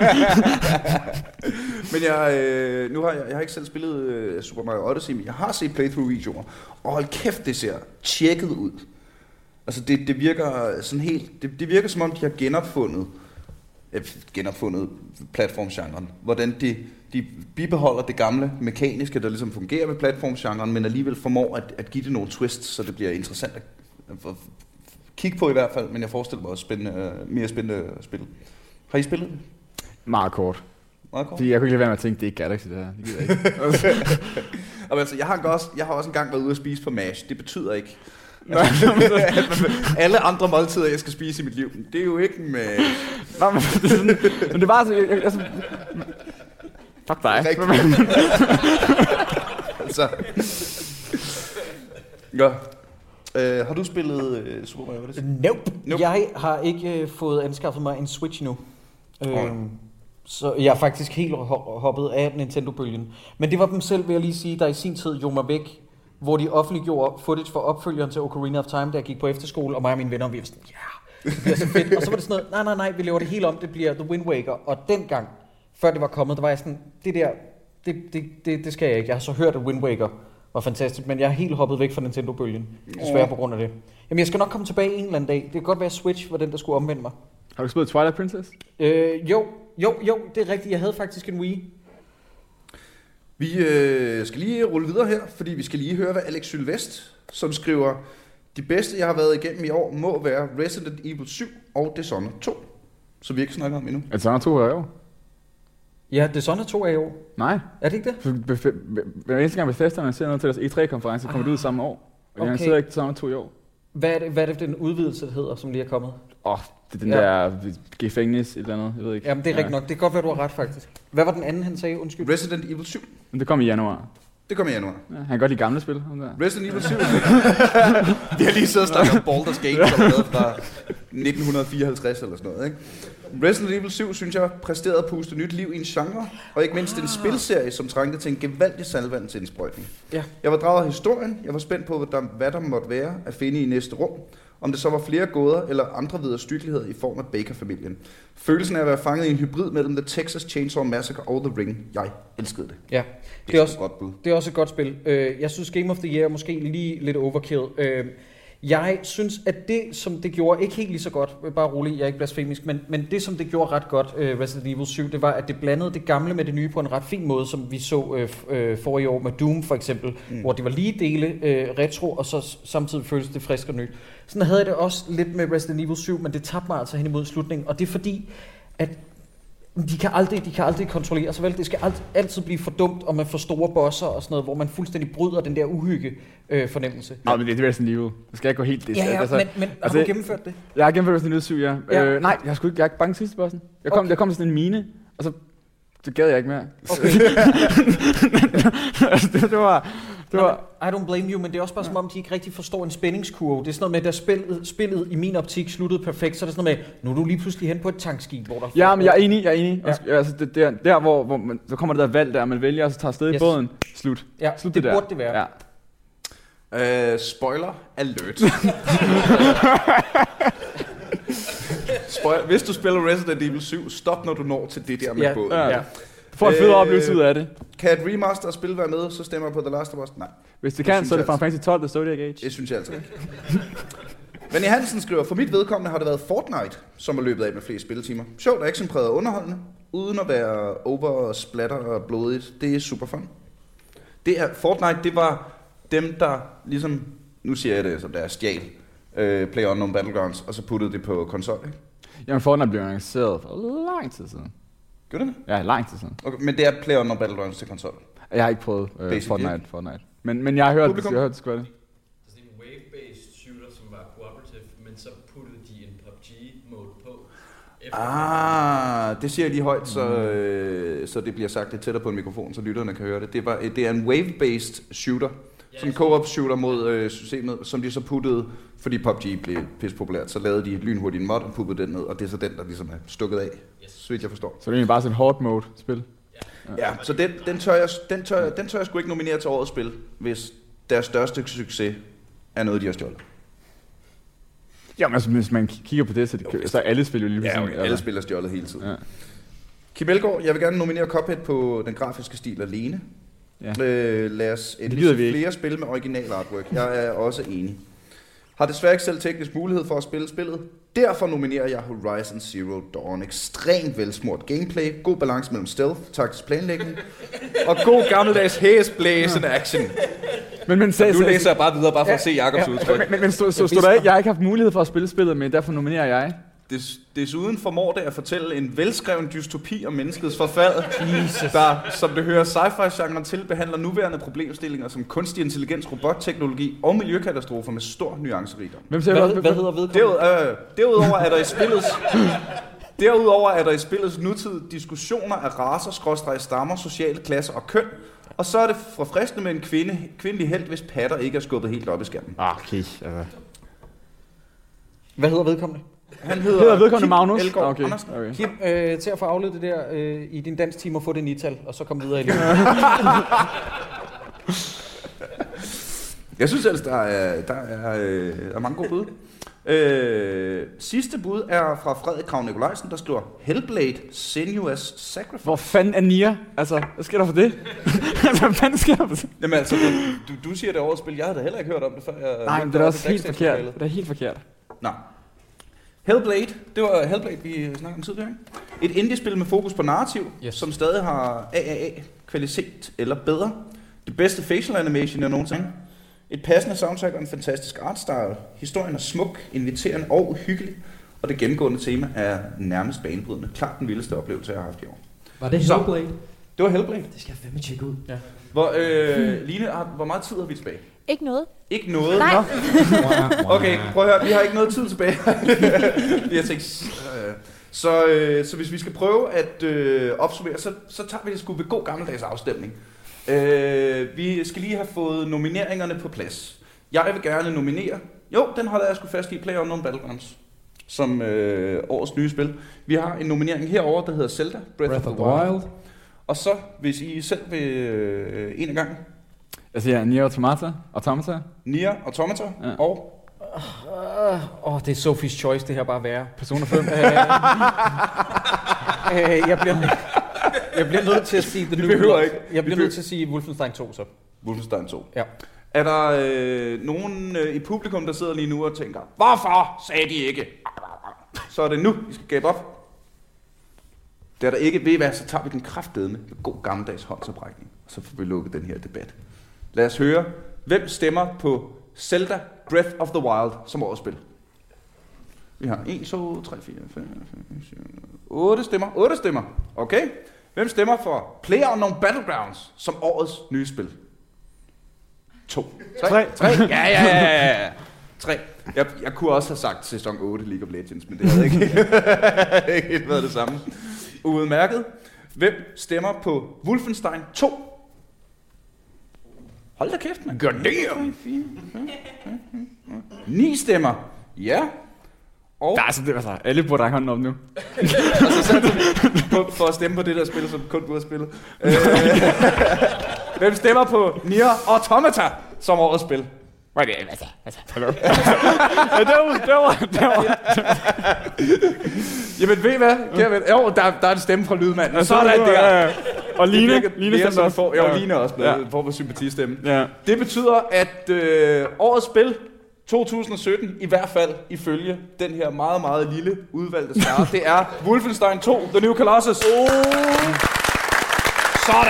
Men jeg, øh, nu har jeg, jeg har ikke selv spillet øh, Super Mario Odyssey, men jeg har set playthrough-videoer. Og hold kæft, det ser tjekket ud. Altså det, det virker sådan helt, det, det virker som om de har genopfundet, øh, genopfundet platformgenren. Hvordan de, de bibeholder det gamle mekaniske, der ligesom fungerer med platformgenren, men alligevel formår at, at give det nogle twists, så det bliver interessant at, at kigge på i hvert fald. Men jeg forestiller mig også spændende, mere spændende spil. Har I spillet det? Meget kort. Meget kort? Fordi jeg kunne ikke lade være med at tænke, det er ikke Galaxy det her. Det gider jeg ikke. Og altså, jeg har, også, jeg har også engang været ude at spise på MASH. Det betyder ikke, at alle andre måltider, jeg skal spise i mit liv, det er jo ikke med... Nå, men det er sådan, men det var altså... Jeg, altså fuck dig. Altså... Ja. Uh, har du spillet uh, Super Mario Odyssey? Nope. Nope. Jeg har ikke uh, fået anskaffet mig en Switch nu. Oh. Øhm, så jeg er faktisk helt ho- hoppet af Nintendo-bølgen. Men det var dem selv, vil jeg lige sige, der i sin tid jog mig væk, hvor de offentliggjorde footage for opfølgeren til Ocarina of Time, da jeg gik på efterskole, og mig og mine venner, vi var sådan, ja, yeah, det bliver så fedt. Og så var det sådan noget, nej, nej, nej, vi laver det hele om, det bliver The Wind Waker. Og dengang, før det var kommet, der var jeg sådan, det der, det, det, det, det skal jeg ikke. Jeg har så hørt, at Wind Waker var fantastisk, men jeg er helt hoppet væk fra Nintendo-bølgen. Desværre oh. på grund af det. Jamen, jeg skal nok komme tilbage en eller anden dag. Det kan godt være, Switch var den, der skulle omvende mig. Har du spillet Twilight Princess? Øh, jo, jo, jo, det er rigtigt. Jeg havde faktisk en Wii. Vi øh, skal lige rulle videre her, fordi vi skal lige høre, hvad Alex Sylvest, som skriver, de bedste, jeg har været igennem i år, må være Resident Evil syv og Dishonored to. Så vi ikke snakker om endnu. Er Dishonored to her i år? Ja, Dishonored to er i år. Nej. Er det ikke det? Hver eneste gang Bethesda annoncerer noget til deres E tre konference, kommer det ud samme år. Og de annoncerer ikke Dishonored to i år. Hvad er det, hvad er det den udvidelse, der hedder, som lige er kommet? Åh, oh, det er den ja. der Gefængnis et eller andet, jeg ved ikke. Jamen, det er rigtigt ja. nok. Det kan godt være, du har ret, faktisk. Hvad var den anden, han sagde? Undskyld. Resident Evil syv. Men det kom i januar. Det kom i januar. Ja, han kan godt lide gamle spil. Resident Evil syv. Vi har lige siddet og snakket om Baldur's Gate, som er lavet fra nitten fireoghalvtreds eller sådan noget, ikke? Resident Evil syv, synes jeg, præsterede at puste nyt liv i en genre, og ikke mindst en spilserie, som trængte til en gevaldig saltvandsindsprøjtning. Ja. Jeg var draget af historien, jeg var spændt på, hvad der, hvad der måtte være at finde i næste rum, om det så var flere gåder eller andre vederstyggeligheder i form af Baker-familien. Følelsen af at være fanget i en hybrid mellem The Texas Chainsaw Massacre og The Ring. Jeg elskede det. Ja, det er, også, godt bud. det er også et godt spil. Jeg synes Game of the Year er måske lige lidt overkill. Jeg synes, at det, som det gjorde, ikke helt lige så godt, bare roligt, jeg er ikke blasfemisk, men, men det, som det gjorde ret godt, uh, Resident Evil syv, det var, at det blandede det gamle med det nye på en ret fin måde, som vi så uh, uh, forrige år med Doom for eksempel, mm. hvor det var lige dele uh, retro, og så samtidig føltes det frisk og nyt. Sådan havde jeg det også lidt med Resident Evil syv, men det tabte mig altså hen imod slutningen, og det er fordi, at de kan aldrig, de kan aldrig kontrollere sig vel. Det skal alt, altid blive for dumt, og man får store bosser og sådan noget, hvor man fuldstændig bryder den der uhygge øh, fornemmelse. Nej, men det er Resident Evil. Det skal ikke gå helt det. Ja, ja, altså, men, men har altså, du gennemført det? Jeg har gennemført Resident Evil syv, ja. ja. Øh, nej, jeg har sgu ikke, jeg har ikke banket sidste bossen. Jeg kom, okay. jeg kom til sådan en mine, og så det gad jeg ikke mere. Okay. altså, det, det var... Det var... I don't blame you, men det er også bare som om, de ikke rigtig forstår en spændingskurve. Det er sådan noget med, at da spillet, spillet i min optik sluttede perfekt, så er det sådan noget med, nu er du lige pludselig hen på et tankskib, hvor der... Ja, men jeg er enig, jeg er enig. Ja. Altså, det, der, der hvor, hvor man, så kommer det der valg der, man vælger, og så tager afsted yes. i båden. Slut. Ja, Slut det, det burde der. det være. Ja. Uh, spoiler alert. Spoiler. Hvis du spiller Resident Evil syv, stop når du når til det der med ja. båden. Ja. Ja. Få en fed øh, oplevelse ud af det. Kan et remaster spil være med, så stemmer jeg på The Last of Us? Nej. Hvis det, det kan, så er det Final Fantasy tolv, The Zodiac Age. Det synes jeg altså ikke. Benny Hansen skriver, for mit vedkommende har det været Fortnite, som har løbet af med flere spilletimer. Sjovt og actionpræget og underholdende, uden at være over, splatter og blodigt. Det er super fun. Det er, Fortnite, det var dem, der ligesom, nu siger jeg det, som der er stjal, uh, PlayerUnknown Battlegrounds, og så puttede det på konsol, ikke? Jamen, Fortnite blev annonceret for lang tid siden. Gør det? Ja, lang tid siden. Okay, men det er PlayerUnknown Battlegrounds til konsol? Jeg har ikke prøvet uh, Fortnite, Fortnite. Men, men jeg har hørt, Publikum? jeg har hørt det skulle være det. Det er en wave-based shooter, som var cooperative, men så puttede de en P U B G-mode på. Ah, det siger jeg lige højt, så, øh, så det bliver sagt lidt tættere på en mikrofon, så lytterne kan høre det. Det, var, det er en wave-based shooter, ja, sådan en co-op shooter mod øh, systemet, som de så puttede, fordi P U B G blev pisse populært, så lavede de lynhurtigt en mod og puttede den ned, og det er så den, der ligesom er stukket af, yes. Så vidt jeg forstår. Så det er egentlig bare sådan et hard mode spil? Ja, ja, så den, den, tør jeg, den, tør, den tør jeg sgu ikke nominere til årets spil, hvis deres største succes er noget, de har stjålet. Jamen altså, hvis man kigger på det, så, det, så er alle spil jo lige Ja, sådan, okay. Alle spiller stjålet hele tiden. Ja. Kim Elgaard, jeg vil gerne nominere Cuphead på den grafiske stil alene. Ja. Øh, lad os endelig se flere spil med original artwork. Jeg er også enig. Har desværre ikke selv teknisk mulighed for at spille spillet. Derfor nominerer jeg Horizon Zero Dawn. Ekstremt velsmurt gameplay, god balance mellem stealth, taktisk planlægning og god gammeldags hæsblæsende action. Men, men, så, nu læser jeg bare videre, bare for ja, at se Jakobs ja, udtryk. Men, men, men stod stå, stå der ikke, jeg har ikke haft mulighed for at spille spillet, men derfor nominerer jeg. Des, desuden formår det at fortælle en velskreven dystopi om menneskets forfald, Jesus. Der, som det hører sci-fi-genren til, behandler nuværende problemstillinger som kunstig intelligens, robotteknologi og miljøkatastrofer med stor nuancerigdom. Hvem siger, hvad, hvad, hvad hedder vedkommende? Derud, øh, derudover er der i spillets derudover er der i spillets nutid diskussioner af racer, skråstreg, stammer, sociale klasser og køn. Og så er det forfriskende med en kvinde, kvindelig helt, hvis patter ikke er skubbet helt op i skærmen. Ah, okay. Hvad hedder vedkommende? Han hedder, hedder vedkommende Kim Magnus. Elgaard Okay. Andersen. Okay. Kim, øh, til at få afledt det der øh, i din dansk time og få det nital, og så komme videre i livet. Jeg synes ellers, der er, der er, øh, der er mange gode bud. Øh, sidste bud er fra Frederik Krav Nikolajsen, der skriver Hellblade Senua's Sacrifice. Hvor fanden er Nier? Altså, hvad sker der for det? Hvad fanden sker der for det? Jamen altså, du, du siger det overspil. Jeg havde da heller ikke hørt om det før. Jeg Nej, men det er også helt forkert. Det er helt forkert. Nej. Hellblade, det var Hellblade, vi snakkede om tidligere, ikke? Et indie-spil med fokus på narrativ, yes. som stadig har A A A-kvalitet eller bedre. Det bedste facial animation jeg nogensinde. Et passende soundtrack og en fantastisk artstyle. Historien er smuk, inviterende og uhyggelig. Og det gennemgående tema er nærmest banebrydende. Klart den vildeste oplevelse, jeg har haft i år. Var det Hellblade? Det var Hellblade. Det skal jeg fandme tjekke ud. Ja. Hvor, øh, Line, hvor meget tid har vi tilbage? Ikke noget. Ikke noget? Nej. Okay, prøv at høre, vi har ikke noget tid tilbage. Vi har tænkt, øh, så, øh, så hvis vi skal prøve at øh, opsummere, så, så tager vi det sgu ved god gammeldags afstemning. Øh, vi skal lige have fået nomineringerne på plads. Jeg vil gerne nominere, jo, den holder jeg sgu fast i, PlayerUnknown's Battlegrounds, som øh, årets nye spil. Vi har en nominering herover, der hedder Zelda Breath, Breath of the Wild. Wild. Og så, hvis I selv vil øh, en af gangen. Jeg siger Nier Automata. Automata. Nier Automata ja. og... Åh, uh, oh, det er Sophie's Choice, det her bare være. Persona fem. uh, uh, jeg, bliver, jeg bliver nødt til at sige... The New behøver ikke. Jeg bliver nødt til at sige Wolfenstein to, så. Wolfenstein to. Ja. Er der øh, nogen øh, i publikum, der sidder lige nu og tænker, hvorfor sagde de ikke? Så er det nu, vi skal gabe op. Det er der ikke. Ved I hvad, så tager vi den kraftedeme med god gammeldags håndsoprækning. Og så får vi lukket den her debat. Lad os høre, hvem stemmer på Zelda Breath of the Wild som årets spil? Vi har en, to, tre, fire, fem, fem, syv, otte stemmer. otte stemmer. Okay. Hvem stemmer for PlayerUnknown's Battlegrounds som årets nye spil? To. Tre. Tre. Tre. Ja, ja, ja, ja. Tre. Jeg, jeg kunne også have sagt sæson otte League of Legends, men det havde ikke, ikke helt været det samme. Udmærket. Hvem stemmer på Wolfenstein to? Hold da kæft, man. Gør det. Ni stemmer. Ja. Og... Der er altså, det, altså, alle burde række hånden op nu. Og så satte på, for at stemme på det der spil, som kun du har spillet. Øh, hvem stemmer på Nier Automata som årets spil? Hvad er det? Altså, altså. Hallo? Det var, det var, det var. Jamen, ved I hvad? Kære, jo, der, der er en stemme fra Lydmanden. Og så er der der. Og Line, Line stemmer også. Får, jo, Line også blevet, ja. får på sympatistemme. Ja. Det betyder, at øh, årets spil to tusind sytten, i hvert fald ifølge den her meget, meget lille udvalgte skare, det er Wolfenstein to, The New Colossus. Oh. Sådan.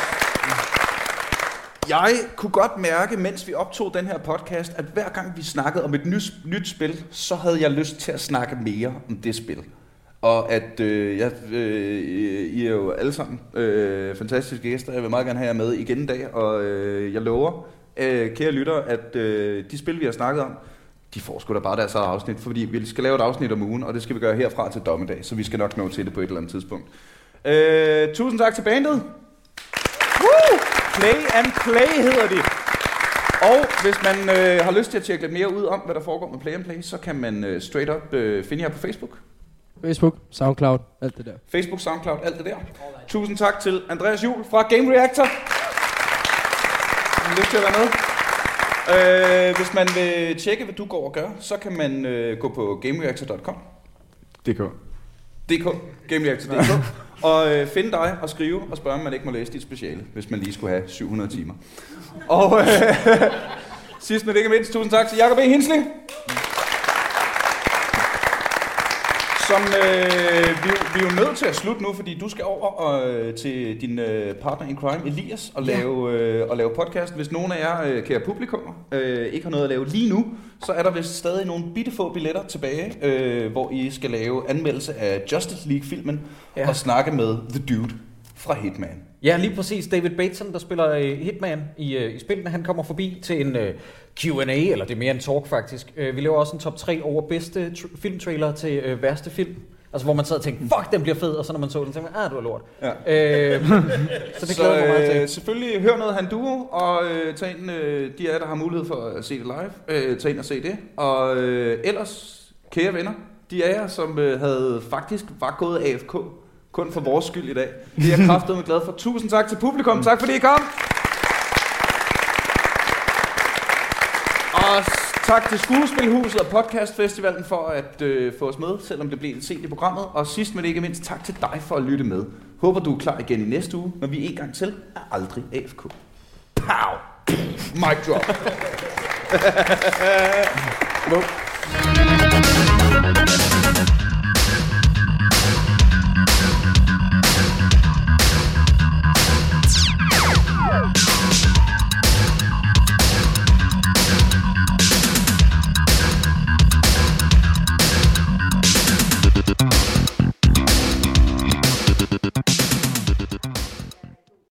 Jeg kunne godt mærke, mens vi optog den her podcast, at hver gang vi snakkede om et nyt, nyt spil, så havde jeg lyst til at snakke mere om det spil. Og at øh, jeg, øh, I er jo alle sammen øh, fantastiske gæster. Jeg vil meget gerne have jer med igen en dag, og øh, jeg lover, øh, kære lyttere, at øh, de spil, vi har snakket om, de får sgu da bare deres eget afsnit, fordi vi skal lave et afsnit om ugen, og det skal vi gøre herfra til dommedag, så vi skal nok nå til det på et eller andet tidspunkt. Øh, tusind tak til bandet. Woo! Play and Play hedder de. Og hvis man øh, har lyst til at tjekke lidt mere ud om, hvad der foregår med Play and Play, så kan man øh, straight up øh, finde jer på Facebook. Facebook, SoundCloud, alt det der. Facebook, SoundCloud, alt det der. Tusind tak til Andreas Juhl fra Game Reactor. Har du lyst til at være med? Øh, hvis man vil tjekke, hvad du går og gør, så kan man øh, gå på gamereactor punktum com. D K. D K. gamereactor punktum d k. Og øh, finde dig og skrive og spørge, om man ikke må læse dit speciale, hvis man lige skulle have syv hundrede timer. Og øh, sidst men ikke mindst, tusind tak til Jacob E. Hinsley. Som øh, vi, vi er jo nødt til at slutte nu, fordi du skal over og, øh, til din øh, partner in crime, Elias, og lave, øh, og lave podcast. Hvis nogen af jer, øh, kære publikummer, øh, ikke har noget at lave lige nu, så er der vist stadig nogle bittefå billetter tilbage, øh, hvor I skal lave anmeldelse af Justice League-filmen ja. og snakke med The Dude fra Hitman. Ja, lige præcis. David Bateson, der spiller uh, Hitman i, uh, i spillene, han kommer forbi til en uh, Q and A, eller det er mere en talk faktisk. Uh, vi laver også en top tre over bedste tr- filmtrailer til uh, værste film. Altså hvor man sad og tænkte, fuck, den bliver fed, og så når man så den, tænkte man, ah, du er lort. Ja. Uh, så det glæder mig meget til. Øh, selvfølgelig hør noget af han duo, og øh, tag ind, øh, de af jer, der har mulighed for at se det live, øh, tag ind og se det. Og øh, ellers, kære venner, de af jer, som øh, havde faktisk var gået A F K, kun for vores skyld i dag. Det er jeg kraftedeme glad for. Tusind tak til publikum. Tak fordi I kom. Og tak til Skuespilhuset og Podcastfestivalen for at øh, få os med, selvom det blev lidt sent i programmet. Og sidst men ikke mindst, tak til dig for at lytte med. Håber du er klar igen i næste uge, når vi en gang til er aldrig A F K. Pow! Mic drop.